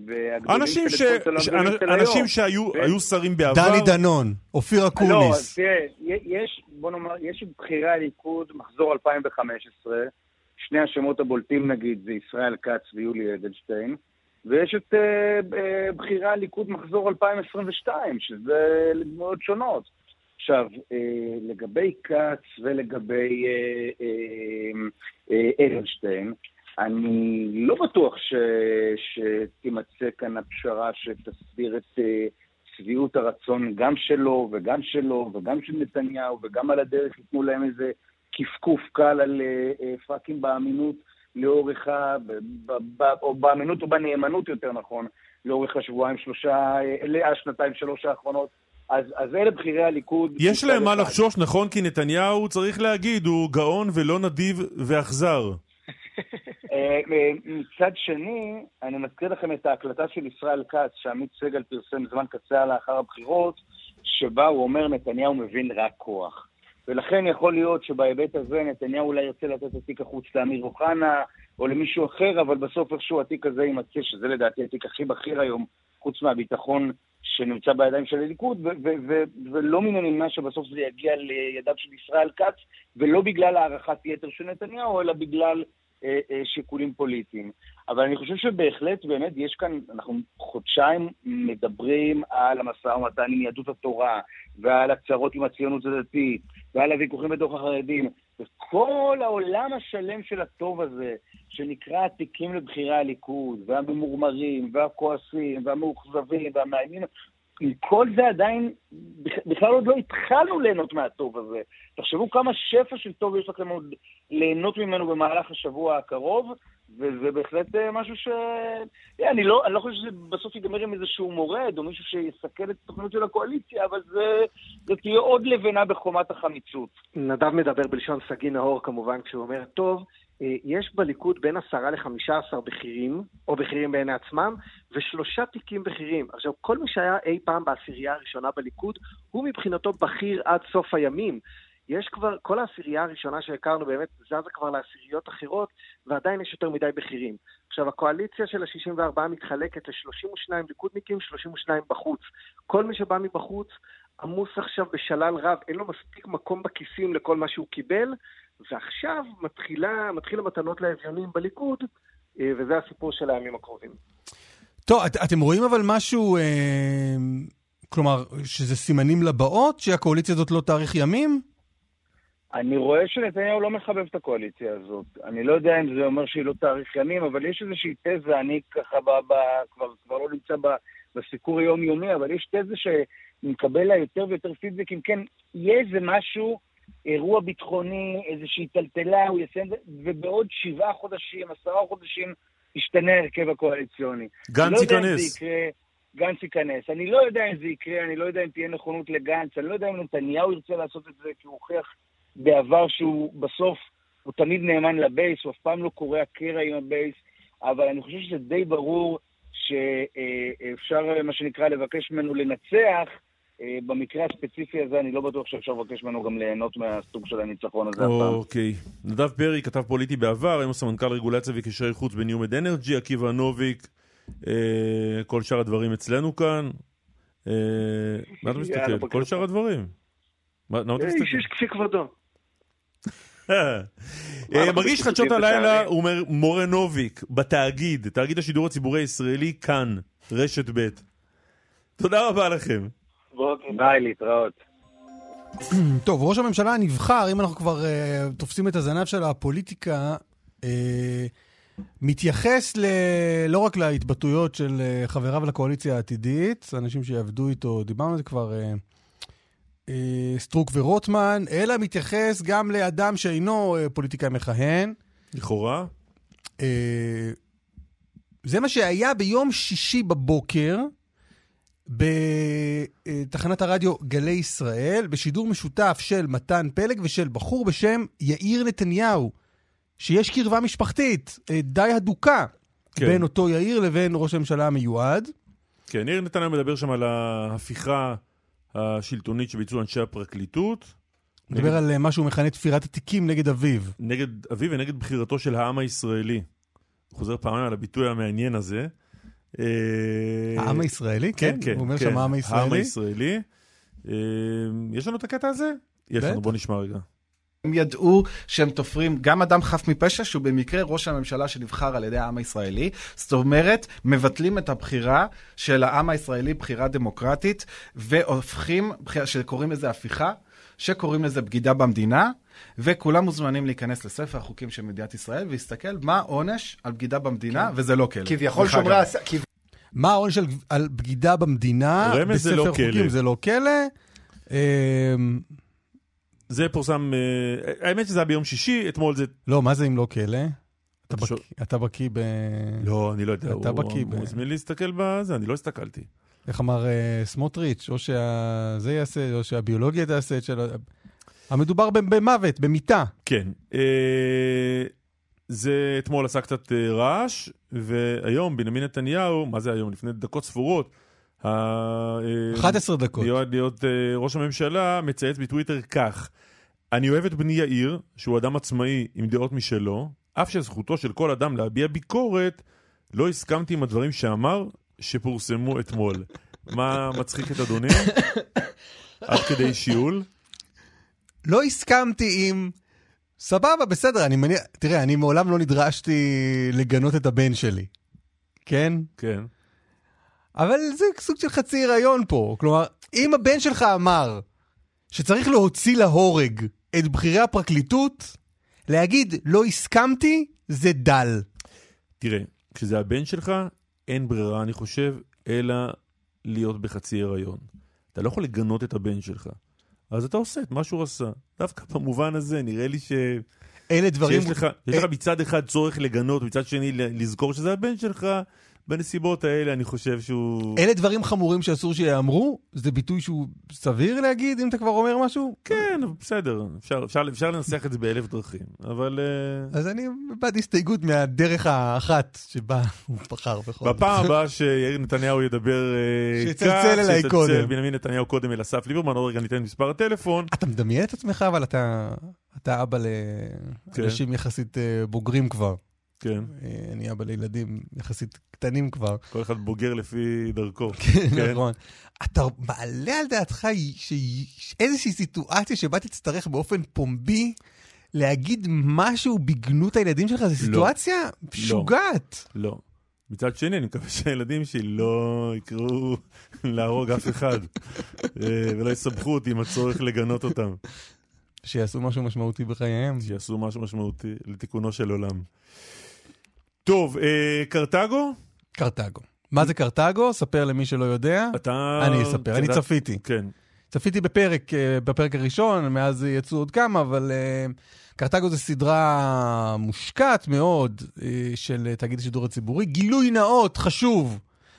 אנשים שהיו שרים בעבר. דני דנון, אופיר אקוניס. לא, בוא נאמר, יש בחירי הליכוד מחזור 2015, שני השמות הבולטים נגיד, זה ישראל כץ ויולי אדלשטיין, ויש את בחירי הליכוד מחזור 2022, שזה מאוד שונות. עכשיו, לגבי כץ ולגבי אדלשטיין, אני לא בטוח שתימצא כאן הפשרה שתסביר את שביעות הרצון גם שלו וגם שלו וגם של נתניהו, וגם על הדרך ייתנו להם איזה כפכוף קל על פאקים באמינות לאורך, או באמינות או בנאמנות יותר נכון, לאורך השנתיים שלוש האחרונות. אז אלה בחירי הליכוד. יש להם מה לחשוש, נכון? כי נתניהו צריך להגיד, הוא גאון ולא נדיב ואכזר. מצד שני, אני מזכיר לכם את ההקלטה של ישראל כץ, שעמית סגל פרסם זמן קצר לאחר הבחירות, שבה הוא אומר נתניהו מבין רק כוח. ולכן יכול להיות שבהיבט הזה נתניהו אולי ירצה לתת את תיק החוץ לאמיר אוחנה או למישהו אחר, אבל בסוף איכשהו התיק הזה יימצא, שזה לדעתי התיק הכי בכיר היום, חוץ מהביטחון שנמצא בידיים של הליכוד, ולא מן הנמנע שבסוף זה יגיע לידיו של ישראל כץ, ולא בגלל הערכת יתר של נתניהו, אלא בגלל שיקולים פוליטיים. אבל אני חושב שבהחלט באמת יש כאן, אנחנו חודשיים מדברים על המשא ומתן עם יהדות התורה, ועל הצרות עם הציונות הדתית, ועל הוויכוחים בתוך החרדים, וכל העולם השלם של הטוב הזה, שנקרא התיקים לבחירי הליכוד, והממורמרים, והכועסים, והמאוכזבים, והמאיימים, עם כל זה עדיין, בכלל עוד לא התחלנו ליהנות מהטוב הזה. תחשבו כמה שפע של טוב יש לכם עוד ליהנות ממנו במהלך השבוע הקרוב, וזה בהחלט משהו אני לא חושב שזה בסוף ייגמר עם איזשהו מורד, או מישהו שיסכל את התוכניות של הקואליציה, אבל זה תהיה עוד לבנה בחומת החמיצות. נדב מדבר בלשון סגי נאור כמובן, כשהוא אומר, טוב, יש בליכוד בין 10 ל-15 בכירים, או בכירים בעיני עצמם, ו3 תיקים בכירים. עכשיו, כל מי שהיה אי פעם בעשירייה הראשונה בליכוד, הוא מבחינתו בכיר עד סוף הימים. יש כבר, כל העשירייה הראשונה שהכרנו באמת זזה כבר לעשיריות אחרות, ועדיין יש יותר מדי בכירים. עכשיו, הקואליציה של ה-64 מתחלקת ל-32 ליכודניקים, 32 בחוץ. כל מי שבא מבחוץ עמוס עכשיו בשלל רב, אין לו מספיק מקום בכיסים לכל מה שהוא קיבל, ועכשיו מתחיל המתנות לאביונים בליכוד, וזה הסיפור של הימים הקרובים. טוב, אתם רואים אבל משהו, כלומר, שזה סימנים לבאות, שהקואליציה הזאת לא תאריך ימים? אני רואה שנתניהו לא מחבב את הקואליציה הזאת. אני לא יודע אם זה אומר שהיא לא תאריך ימים, אבל יש איזושהי תזה, אני ככה כבר לא נמצא בסיקור יומיומי, אבל יש תזה שמקבל לה יותר ויותר פידבק, אם כן, יהיה איזה משהו, אירוע ביטחוני, איזושהי טלטלה, הוא יסיים, ובעוד 7 חודשים, 10 חודשים, ישתנה הרכב הקואליציוני. גנץ ייכנס. גנץ ייכנס. אני לא יודע אם זה יקרה, אני לא יודע אם תהיה נכונות לגנץ, אני לא יודע אם נתניהו ירצה לעשות את זה, כי הוא הוכיח בעבר שהוא בסוף, הוא תמיד נאמן לבייס, הוא אף פעם לא קורא הקרע עם הבייס, אבל אני חושב שזה די ברור שאפשר, מה שנקרא, לבקש ממנו לנצח. במקרה הספציפי הזה אני לא בטוח שאפשר לבקש ממנו גם ליהנות מהסוג של הניצחון הזה הפעם. אוקיי. נדב פרי, כתב פוליטי בעבר, היום סמנכ"ל רגולציה וקשרי חוץ בניומד אנרג'י, עקיבא נוביק, כל שאר הדברים אצלנו כאן. מה אתה מסתכל? כל שאר הדברים. מה אתה מסתכל? איש כפי כבודו. מרגיש חדשות הלילה, הוא אומר מורה נוביק, בתאגיד, תאגיד השידור הציבורי הישראלי, כאן, רשת ב'. תודה רבה לכם. ביי, להתראות. טוב, ראש הממשלה הנבחר, אם אנחנו כבר תופסים את הזנב של הפוליטיקה, מתייחס לא רק להתבטאויות של חבריו לקואליציה העתידית, אנשים שיעבדו איתו, דיברנו על זה כבר, סטרוק ורוטמן, אלא מתייחס גם לאדם שאינו פוליטיקאי מכהן. לכאורה. זה מה שהיה ביום שישי בבוקר, בתחנת הרדיו גלי ישראל, בשידור משותף של מתן פלג ושל בחור בשם יאיר נתניהו, שיש קרבה משפחתית די הדוקה בין אותו יאיר לבין ראש הממשלה המיועד. כן, יאיר נתניהו מדבר שם על ההפיכה השלטונית שביצעו אנשי הפרקליטות. מדבר על מה שהוא מכנה תפירת התיקים נגד אביו. נגד אביו ונגד בחירתו של העם הישראלי. הוא חוזר פעמים על הביטוי המעניין הזה. העם הישראלי? כן, הוא אומר שם העם הישראלי. העם הישראלי. יש לנו את הקטע הזה? יש לנו, בוא נשמע רגע. הם ידעו שהם תופרים גם אדם חף מפשע, שהוא במקרה ראש הממשלה שנבחר על ידי העם הישראלי. זאת אומרת, מבטלים את הבחירה של העם הישראלי, בחירה דמוקרטית, והופכים, שקוראים לזה הפיכה, שקוראים לזה בגידה במדינה, וכולם מוזמנים להיכנס לספר החוקים של מדינת ישראל, והסתכל מה העונש על בגידה במדינה, וזה לא כלא. כביכול שומרי מה העונש על בגידה במדינה? רמז זה לא כלא. זה לא כלא. זה פורסם, האמת שזה היה ביום שישי, אתמול זה... לא, מה זה אם לא כלא? אתה בקיא ב... לא, אני לא יודע. אתה בקיא ב... הוא הזמין להסתכל בזה, אני לא הסתכלתי. איך אמר סמוטריץ', או שזה יעשה, או שהביולוגיה תעשה את שלו. המדובר במוות, במיטה. כן. זה אתמול עשה קצת רעש, והיום בנימין נתניהו, מה זה היום? לפני דקות ספורות, 11 דקות. להיות ראש הממשלה מצייץ בטוויטר כך: אני אוהב את בני יאיר, שהוא אדם עצמאי עם דעות משלו, אף שזכותו של כל אדם להביע ביקורת, לא הסכמתי עם הדברים שאמר שפורסמו אתמול. מה מצחיק את אדוני? עד כדי שיעול? לא הסכמתי עם... סבבה, בסדר, תראה, אני מעולם לא נדרשתי לגנות את הבן שלי. כן? כן. אבל זה סוג של חצי הריון פה. כלומר, אם הבן שלך אמר שצריך להוציא להורג את בכירי הפרקליטות, להגיד לא הסכמתי, זה דל. תראה, כשזה הבן שלך, אין ברירה, אני חושב, אלא להיות בחצי הריון. אתה לא יכול לגנות את הבן שלך. אז אתה עושה את מה שהוא עשה. דווקא במובן הזה, נראה לי אלה דברים... שיש לך מצד אחד צורך לגנות, מצד שני לזכור שזה הבן שלך, בנסיבות האלה אני חושב שהוא... אלה דברים חמורים שאסור שיאמרו? זה ביטוי שהוא סביר להגיד, אם אתה כבר אומר משהו? כן, בסדר. אפשר לנסח את זה באלף דרכים, אבל... אז אני בעד הסתייגות מהדרך האחת שבה הוא בחר בכל זאת. בפעם הבאה שיאיר נתניהו ידבר שיצלצל אליי קודם. שיצלצל בנימין נתניהו קודם אל אסף ליברמן, עוד רגע ניתן מספר הטלפון. אתה מדמיין את עצמך, אבל אתה אבא לאנשים יחסית בוגרים כבר. כן. אני אבא לילדים יחסית קטנים כבר. כל אחד בוגר לפי דרכו. כן, נכון. אתה מעלה על דעתך איזושהי סיטואציה שבה תצטרך באופן פומבי להגיד משהו בגנות הילדים שלך? זו סיטואציה משוגעת. לא. מצד שני, אני מקווה שהילדים שלי לא יקראו להרוג אף אחד, ולא יסבכו אותי עם הצורך לגנות אותם. שיעשו משהו משמעותי בחייהם. שיעשו משהו משמעותי לתיקונו של עולם. טוב, קרטגו? קרטגו. מה זה קרטגו? ספר למי שלא יודע. אני אספר, אני צפיתי. כן. צפיתי בפרק הראשון, מאז יצאו עוד כמה, אבל קרטגו זה סדרה מושקעת מאוד של תאגיד השידור הציבורי. גילוי נאות, חשוב.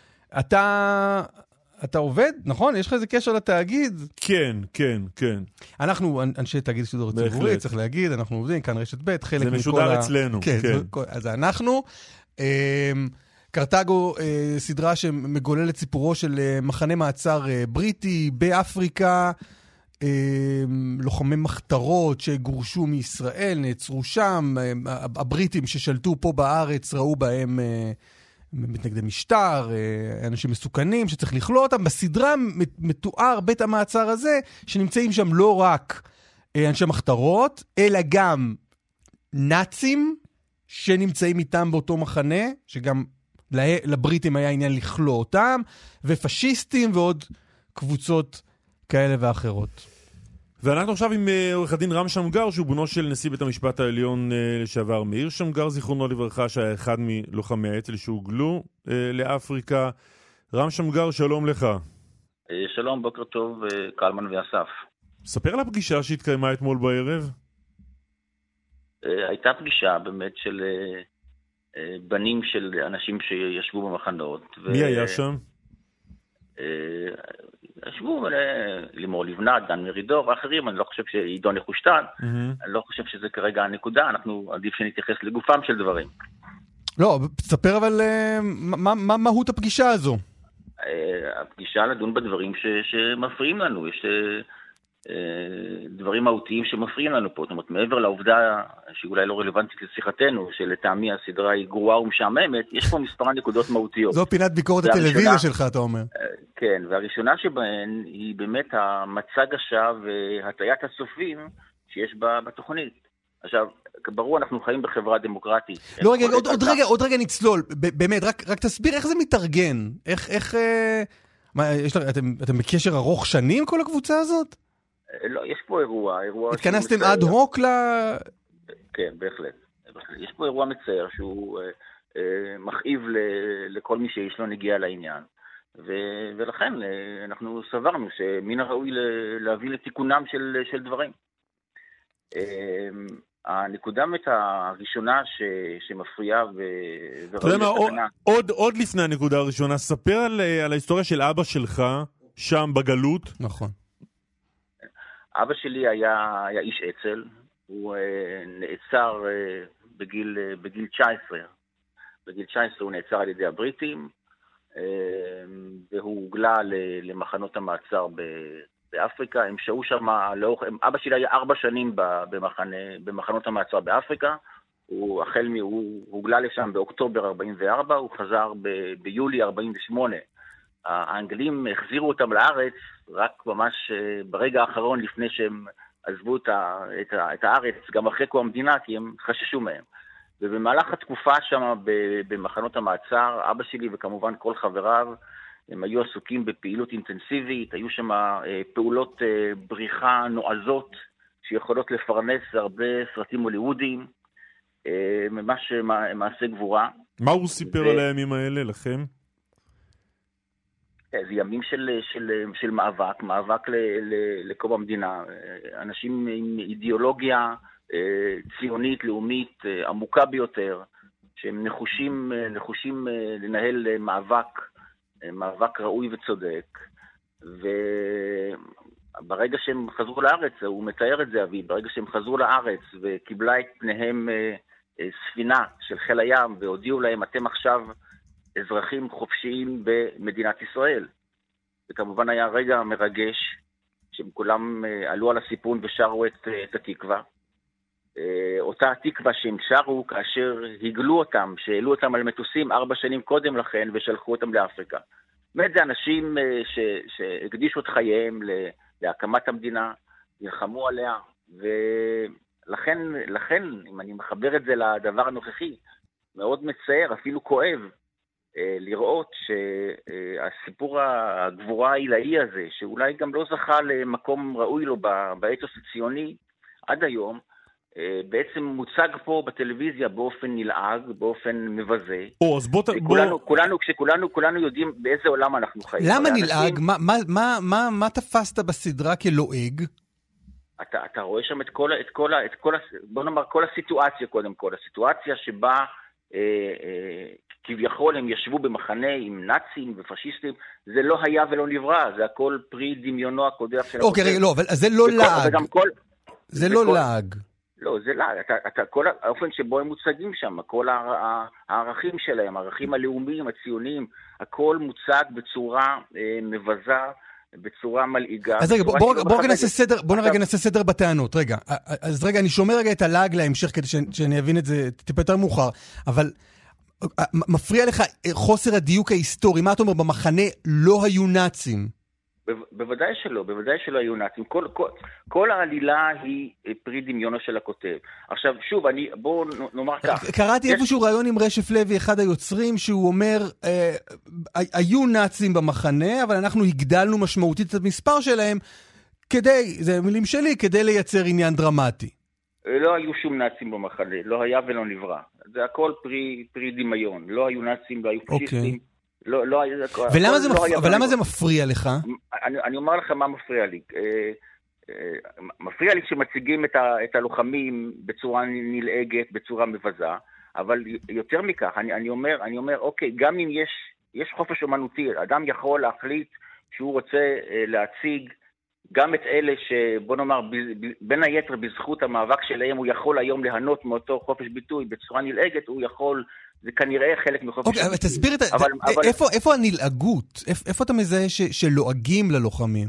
אתה עובד, נכון? יש לך איזה קשר לתאגיד? כן, כן, כן. אנחנו, אנשי תאגיד השידור הציבורי, צריך להגיד, אנחנו עובדים, כאן רשת ב', חלק זה משודר אצלנו. כן. אז אנחנו, קרטגו, סדרה שמגוללת סיפורו של מחנה מעצר בריטי באפריקה, לוחמי מחתרות שגורשו מישראל, נעצרו שם, הבריטים ששלטו פה בארץ ראו בהם מתנגדי משטר, אנשים מסוכנים שצריך לכלוא אותם. בסדרה מתואר בית המעצר הזה שנמצאים שם לא רק אנשי מחתרות, אלא גם נאצים שנמצאים איתם באותו מחנה, שגם לבריטים היה עניין לכלוא אותם, ופשיסטים ועוד קבוצות כאלה ואחרות. ואנחנו עכשיו עם עורך הדין רם שמגר, שהוא בנו של נשיא בית המשפט העליון לשעבר מאיר שמגר, זיכרונו לברכה, שהיה אחד מלוחמי האצ"ל שהוגלו לאפריקה. רם שמגר, שלום לך. שלום, בוקר טוב, קלמן ואסף. ספר על הפגישה שהתקיימה אתמול בערב. הייתה פגישה באמת של בנים של אנשים שישבו במחנות. מי היה שם? ישבו לימור לבנת, דן מרידור ואחרים. אני לא חושב שעידון נחושתן, אני לא חושב שזה כרגע הנקודה, אנחנו עדיף שנתייחס לגופם של דברים. לא, תספר אבל מה מהות הפגישה הזו? הפגישה לדון בדברים שמפריעים לנו, יש דברים מהותיים שמפריעים לנו פה, זאת אומרת, מעבר לעובדה שאולי לא רלוונטית לשיחתנו, שלטעמי הסדרה היא גרועה ומשעממת, יש פה מספר נקודות מהותיות. זו פינת ביקורת הטלוויזיה שלך, אתה אומר. כן, והראשונה שבהן היא באמת המצג השווא והטיית הסופים שיש בתוכנית. עכשיו, ברור, אנחנו חיים בחברה דמוקרטית. לא, רגע, עוד רגע נצלול. באמת, רק תסביר איך זה מתארגן. איך אתם בקשר ארוך שנים כל הקבוצה הזאת? לא, יש פה אירוע. התכנסתם עד הוק כן, בהחלט. יש פה אירוע מצער שהוא מכאיב לכל מי שיש לו נגיעה לעניין. ולכן אנחנו סברנו שמן הראוי להביא לתיקונם של דברים. הנקודה הראשונה שמפריעה אתה יודע מה, עוד לפני הנקודה הראשונה, ספר על ההיסטוריה של אבא שלך שם בגלות. נכון. אבא שלי היה איש אצ"ל, הוא נעצר בגיל 19. בגיל 19 הוא נעצר על ידי הבריטים, והוא הוגלה למחנות המעצר באפריקה. הם שהו שם, אבא שלי היה 4 שנים במחנות המעצר באפריקה, הוא הוגלה לשם באוקטובר 44, הוא חזר ביולי 48. האנגלים החזירו אותם לארץ רק ממש ברגע האחרון לפני שהם עזבו את הארץ, גם אחרי קום המדינה, כי הם חששו מהם. ובמהלך התקופה שם במחנות המעצר, אבא שלי וכמובן כל חבריו, הם היו עסוקים בפעילות אינטנסיבית, היו שם פעולות בריחה נועזות שיכולות לפרנס הרבה סרטים הוליוודיים, ממש מעשה גבורה. מה הוא סיפר על הימים האלה לכם? זה ימים של מאבק לקום המדינה. אנשים עם אידיאולוגיה ציונית, לאומית, עמוקה ביותר, שהם נחושים לנהל מאבק ראוי וצודק. וברגע שהם חזרו לארץ, הוא מתאר את זה אבי, ברגע שהם חזרו לארץ וקיבלה את פניהם ספינה של חיל הים, והודיעו להם, אתם עכשיו אזרחים חופשיים במדינת ישראל. זה כמובן היה רגע מרגש, שהם כולם עלו על הסיפון ושרו את התקווה. אותה התקווה שהם שרו כאשר הגלו אותם, שהעלו אותם על מטוסים 4 שנים קודם לכן ושלחו אותם לאפריקה. באמת זה אנשים שהקדישו את חייהם להקמת המדינה, נלחמו עליה, ולכן, אם אני מחבר את זה לדבר הנוכחי, מאוד מצער, אפילו כואב, לראות שהסיפור הגבורה העילאי הזה, שאולי גם לא זכה למקום ראוי לו באתוס הציוני עד היום, בעצם מוצג פה בטלוויזיה באופן נלעג, באופן מבזה. כולנו יודעים באיזה עולם אנחנו חיים. למה נלעג? מה תפסת בסדרה כלועג? אתה רואה שם את כל, בוא נאמר, כל הסיטואציה קודם כל. הסיטואציה שבה כביכול הם ישבו במחנה עם נאצים ופשיסטים, זה לא היה ולא נברא, זה הכל פרי דמיונו הקודח של... אוקיי, לא, אבל זה לא לעג. זה לא לעג. לא, זה לעג. כל האופן שבו הם מוצגים שם, כל הערכים שלהם, הערכים הלאומיים, הציוניים, הכל מוצג בצורה מבזה, בצורה מלעיגה. אז רגע, בוא נרגע נעשה סדר בטענות. רגע, אז רגע, אני שומר רגע את הלעג להמשך כדי שאני אבין את זה טיפה יותר מאוחר, אבל מפריע לך חוסר הדיוק ההיסטורי. מה אתה אומר, במחנה לא היו נאצים? בוודאי שלא היו נאצים. כל העלילה היא פרי דמיונו של הכותב. עכשיו, שוב, בואו נאמר כך. קראתי איפשהו רעיון עם רשף לוי, אחד היוצרים, שהוא אומר, היו נאצים במחנה, אבל אנחנו הגדלנו משמעותית את המספר שלהם, זה מילים שלי, כדי לייצר עניין דרמטי. לא היו שום נאצים במחנה, לא היה ולא נברא. זה הכל פרי דמיון. לא היו נאצים, לא היו פשיסטים. ולמה זה מפריע לך? אני אומר לכם מה מפריע לי. מפריע לי שמציגים את הלוחמים בצורה נלעגת, בצורה מבזה, אבל יותר מכך, אני אומר, אוקיי, גם אם יש חופש אומנותי, אדם יכול להחליט שהוא רוצה להציג גם את אלה שבוא נאמר, בין היתר בזכות המאבק שלהם, הוא יכול היום ליהנות מאותו חופש ביטוי בצורה נלעגת, הוא יכול... זה כנראה חלק מחופש. אוקיי, אבל תסביר איפה הנלעגות? איפה אתה מזהה שלועגים ללוחמים?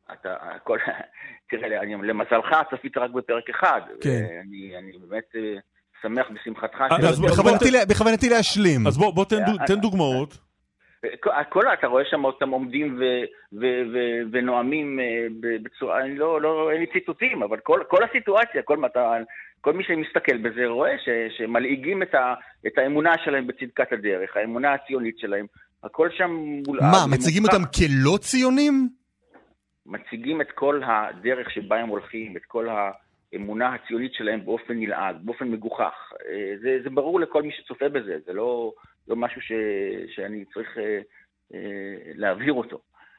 תראה, למזלך צפית רק בפרק אחד. אני באמת שמח בשמחתך. בכוונתי להשלים. אז בוא תן דוגמאות. אתה רואה שם אותם עומדים ונואמים בצורה, אין לי ציטוטים, אבל כל הסיטואציה, כל מי שמסתכל בזה רואה שמלעיגים את האמונה שלהם בצדקת הדרך, האמונה הציונית שלהם, הכל שם מולעג. מה, מציגים אותם כלא ציונים? מציגים את כל הדרך שבה הם הולכים, את כל האמונה הציונית שלהם באופן נלעג, באופן מגוחך. זה ברור לכל מי שצופה בזה, זה לא משהו שאני צריך להבהיר אותו.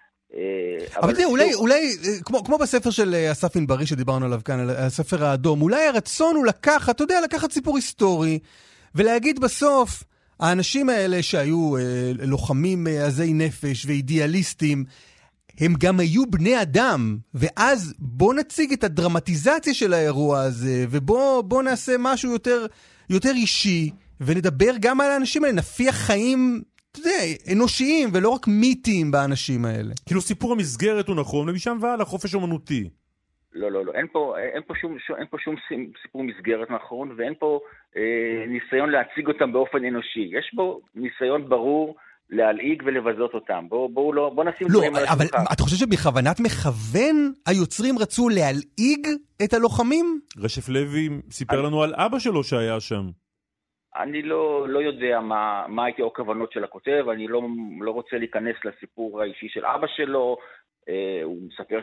אבל תראה, אולי, כמו בספר של אסף ענברי שדיברנו עליו כאן, הספר האדום, אולי הרצון הוא לקחת סיפור היסטורי, ולהגיד בסוף, האנשים האלה שהיו לוחמים עזי נפש ואידיאליסטים, הם גם היו בני אדם, ואז בוא נציג את הדרמטיזציה של האירוע הזה, ובוא נעשה משהו יותר אישי, ונדבר גם על האנשים האלה, נפיח חיים אנושיים, ולא רק מיתיים באנשים האלה. כאילו סיפור המסגרת הוא נכון, ומשם ועל החופש אומנותי. לא, אין פה שום סיפור מסגרת נכון, ואין פה ניסיון להציג אותם באופן אנושי. יש בו ניסיון ברור להלעיג ולבזות אותם. בוא נשים דברים על השולחן. אבל אתה חושב שבכוונת מכוון היוצרים רצו להלעיג את הלוחמים? רשף לוי סיפר לנו על אבא שלו שהיה שם. אני לא יודע מה הייתי או כוונות של הכותב, אני לא רוצה להיכנס לסיפור האישי של אבא שלו. הוא מספר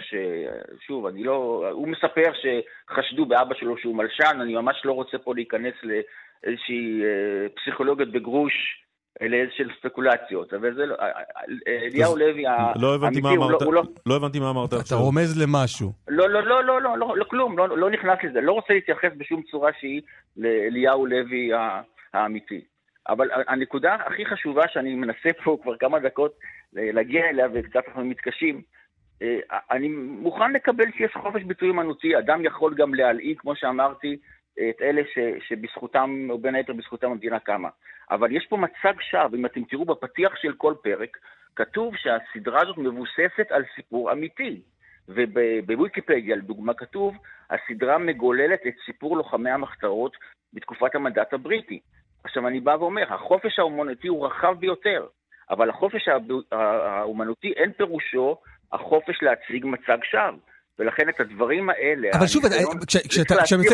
הוא מספר שחשדו באבא שלו שהוא מלשן. אני ממש לא רוצה פה להיכנס לאיזושהי פסיכולוגיות בגרוש, לאיזושהי ספקולציות, אבל זה אליהו לוי לא הבנתי מה אמרת. אתה רומז למשהו. לא כלום, לא נכנס לזה, לא רוצה להתייחס בשום צורה שהיא לאליהו לוי האמיתי. אבל הנקודה הכי חשובה שאני מנסה פה כבר כמה דקות להגיע אליה וקצת אנחנו מתקשים, אני מוכן לקבל שיש חופש ביטוי אמנותי, אדם יכול גם להלעיג, כמו שאמרתי, את אלה שבזכותם, או בין היתר בזכותם המדינה קמה. אבל יש פה מצג שווא, אם אתם תראו בפתיח של כל פרק, כתוב שהסדרה הזאת מבוססת על סיפור אמיתי. ובוויקיפדיה, לדוגמה, כתוב, הסדרה מגוללת את סיפור לוחמי המחתרות בתקופת המנדט הבריטי. עכשיו אני בא ואומר, החופש האומנותי הוא רחב ביותר, אבל החופש האומנותי אין פירושו החופש להציג מצג שווא. ולכן את הדברים האלה... אבל שוב, כשאתה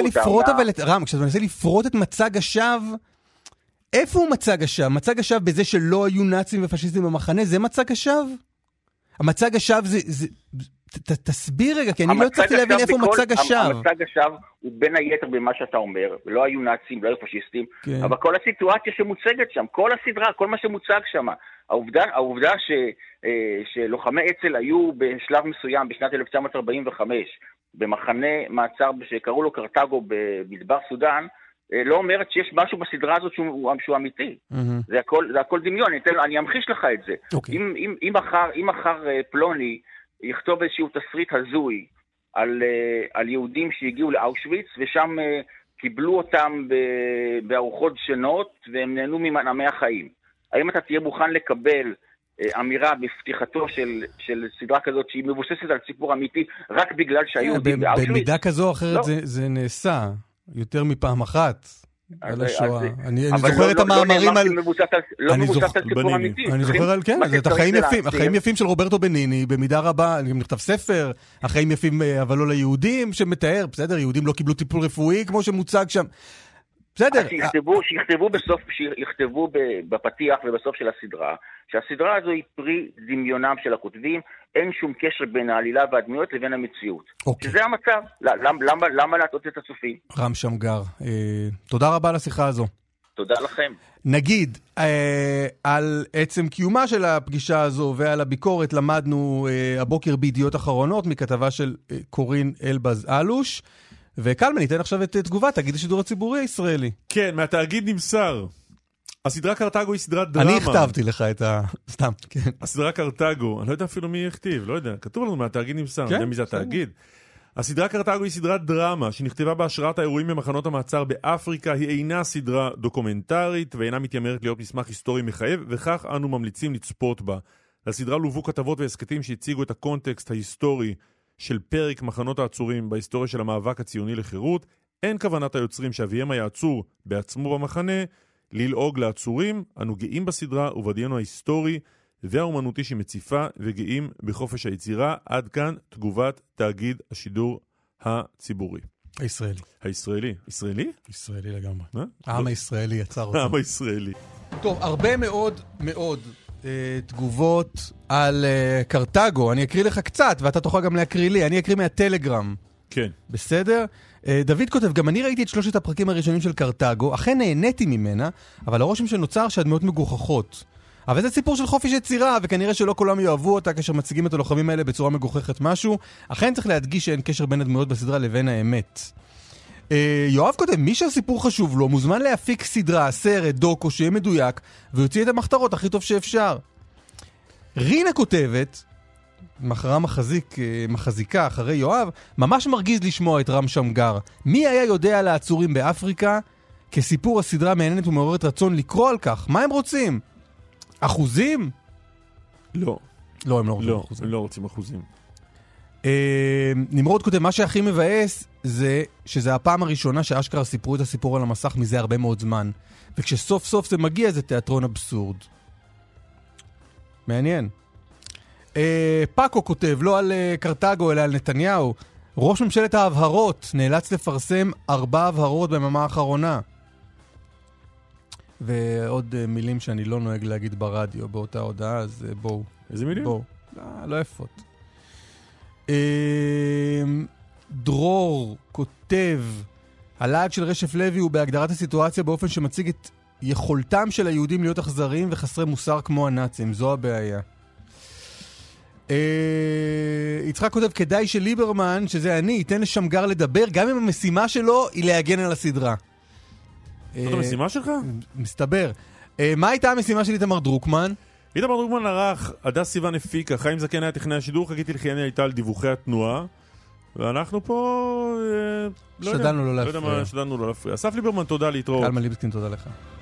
מנסה לפרוט את מצג השווא, איפה הוא מצג השווא? מצג השווא בזה שלא היו נאצים ופשיסטים במחנה, זה מצג השווא? המצג השווא זה... תסביר רגע, כי אני לא הצלחתי להבין איפה מצג השווא. המצג השווא הוא בין היתר במה שאתה אומר, לא היו נאצים, לא היו פשיסטים, אבל כל הסיטואציה שמוצגת שם, כל הסדרה, כל מה שמוצג שם, העובדה שלוחמי אצ"ל היו בשלב מסוים בשנת 1945 במחנה מעצר שקראו לו קרטגו במדבר סודן, לא אומרת שיש משהו בסדרה הזאת שהוא אמיתי. זה הכל דמיון. אני אמחיש לך את זה. אם מחר פלוני יכתוב איזשהו תסריט הזוי על יהודים שהגיעו לאושוויץ ושם קיבלו אותם בארוחות שונות והם נהנו ממנעמי החיים. האם אתה תהיה מוכן לקבל אמירה בפתיחתו של סדרה כזאת שהיא מבוססת על סיפור אמיתי רק בגלל שהיו יהודים באושוויץ? במידה כזו או אחרת זה נעשה יותר מפעם אחת על השואה. אני זוכר את המאמרים על... לא מבוסס על סיפור אמיתי. אני זוכר על כן, זה את החיים יפים. החיים יפים של רוברטו בניני, במידה רבה, גם נכתב ספר, החיים יפים אבל לא ליהודים, שמתאר, בסדר, יהודים לא קיבלו טיפול רפואי כמו שמוצג שם. בסדר. שיכתבו בפתיח ובסוף של הסדרה, שהסדרה הזו היא פרי דמיונם של הכותבים, אין שום קשר בין העלילה והדמויות לבין המציאות. שזה המצב. למה להטעות את הצופים? רם שמגר, תודה רבה על השיחה הזו. תודה לכם. נגיד, על עצם קיומה של הפגישה הזו ועל הביקורת למדנו הבוקר בידיעות אחרונות מכתבה של קורין אלבז אלוש, וקלמן, ניתן עכשיו את תגובת תאגיד השידור הציבורי הישראלי. כן, מהתאגיד נמסר. הסדרה קרטגו היא סדרת דרמה. אני הכתבתי לך את סתם, כן. הסדרה קרטגו, אני לא יודע אפילו מי הכתיב, לא יודע. כתוב לנו מהתאגיד נמסר, אני יודע מי זה התאגיד. הסדרה קרטגו היא סדרת דרמה שנכתבה בהשראת האירועים במחנות המעצר באפריקה. היא אינה סדרה דוקומנטרית ואינה מתיימרת להיות מסמך היסטורי מחייב, וכך אנו ממליצים לצפות בה. לסדרה לובו כתבות והסקטים שהציגו את הקונטקסט ההיסטורי של פרק מחנות העצורים בהיסטוריה של המאבק הציוני לחירות. אין כוונת היוצרים שאביהם היה עצור בעצמו במחנה ללעוג לעצורים. אנו גאים בסדרה ובדיונו ההיסטורי והאומנותי שמציפה וגאים בחופש היצירה. עד כאן תגובת תאגיד השידור הציבורי. הישראלי. הישראלי. ישראלי? ישראלי לגמרי. העם הישראלי יצר אותו. העם הישראלי. טוב, הרבה מאוד מאוד תגובות על קרטגו. אני אקריא לך קצת ואתה תוכל גם להקריא לי. אני אקריא מהטלגרם. כן. בסדר? דוד כותב, גם אני ראיתי את 3 הפרקים הראשונים של קרטגו, אכן נהניתי ממנה, אבל הרושם שנוצר שהדמויות מגוחכות. אבל זה סיפור של חופש יצירה, וכנראה שלא כולם יאהבו אותה כאשר מציגים את הלוחמים האלה בצורה מגוחכת משהו. אכן צריך להדגיש שאין קשר בין הדמויות בסדרה לבין האמת. יואב כותב, מי שהסיפור חשוב לו, מוזמן להפיק סדרה, סרט, דוקו, שיהיה מדויק, ויוציא את המחתרות הכי טוב שאפשר. רינה כותבת, מחרה מחזיקה אחרי יואב, ממש מרגיז לשמוע את רם שמגר. מי היה יודע על העצורים באפריקה? כסיפור הסדרה מעניינת ומעוררת רצון לקרוא על כך. מה הם רוצים? אחוזים? לא. לא, הם לא רוצים אחוזים. הם לא רוצים אחוזים. נמרוד כותב, מה שהכי מבאס זה שזה הפעם הראשונה שאשכרה סיפרו את הסיפור על המסך מזה הרבה מאוד זמן. וכשסוף סוף זה מגיע זה תיאטרון אבסורד. מעניין. פאקו כותב, לא על קרטגו אלא על נתניהו. ראש ממשלת ההבהרות נאלץ לפרסם 4 הבהרות ביממה האחרונה. ועוד מילים שאני לא נוהג להגיד ברדיו באותה הודעה, אז בואו. איזה מילים? בואו. לא יפות. דרור כותב, הלהג של רשף לוי הוא בהגדרת הסיטואציה באופן שמציג את יכולתם של היהודים להיות אכזריים וחסרי מוסר כמו הנאצים. זו הבעיה. יצחק כותב, כדאי שליברמן, שזה אני, ייתן לשמגר לדבר, גם אם המשימה שלו היא להגן על הסדרה. זאת המשימה שלך? מסתבר. מה הייתה המשימה של איתמר דרוקמן? איתמר דרוקמן ערך, הדס סיוון הפיקה, חיים זקן היה טכנאי השידור, חגיתי לחייני הייתה על דיווחי התנועה, ואנחנו פה... שדלנו לא להפריע. שדלנו לא להפריע. אסף ליברמן, תודה להתראות. קלמן ליבסקין, תודה לך.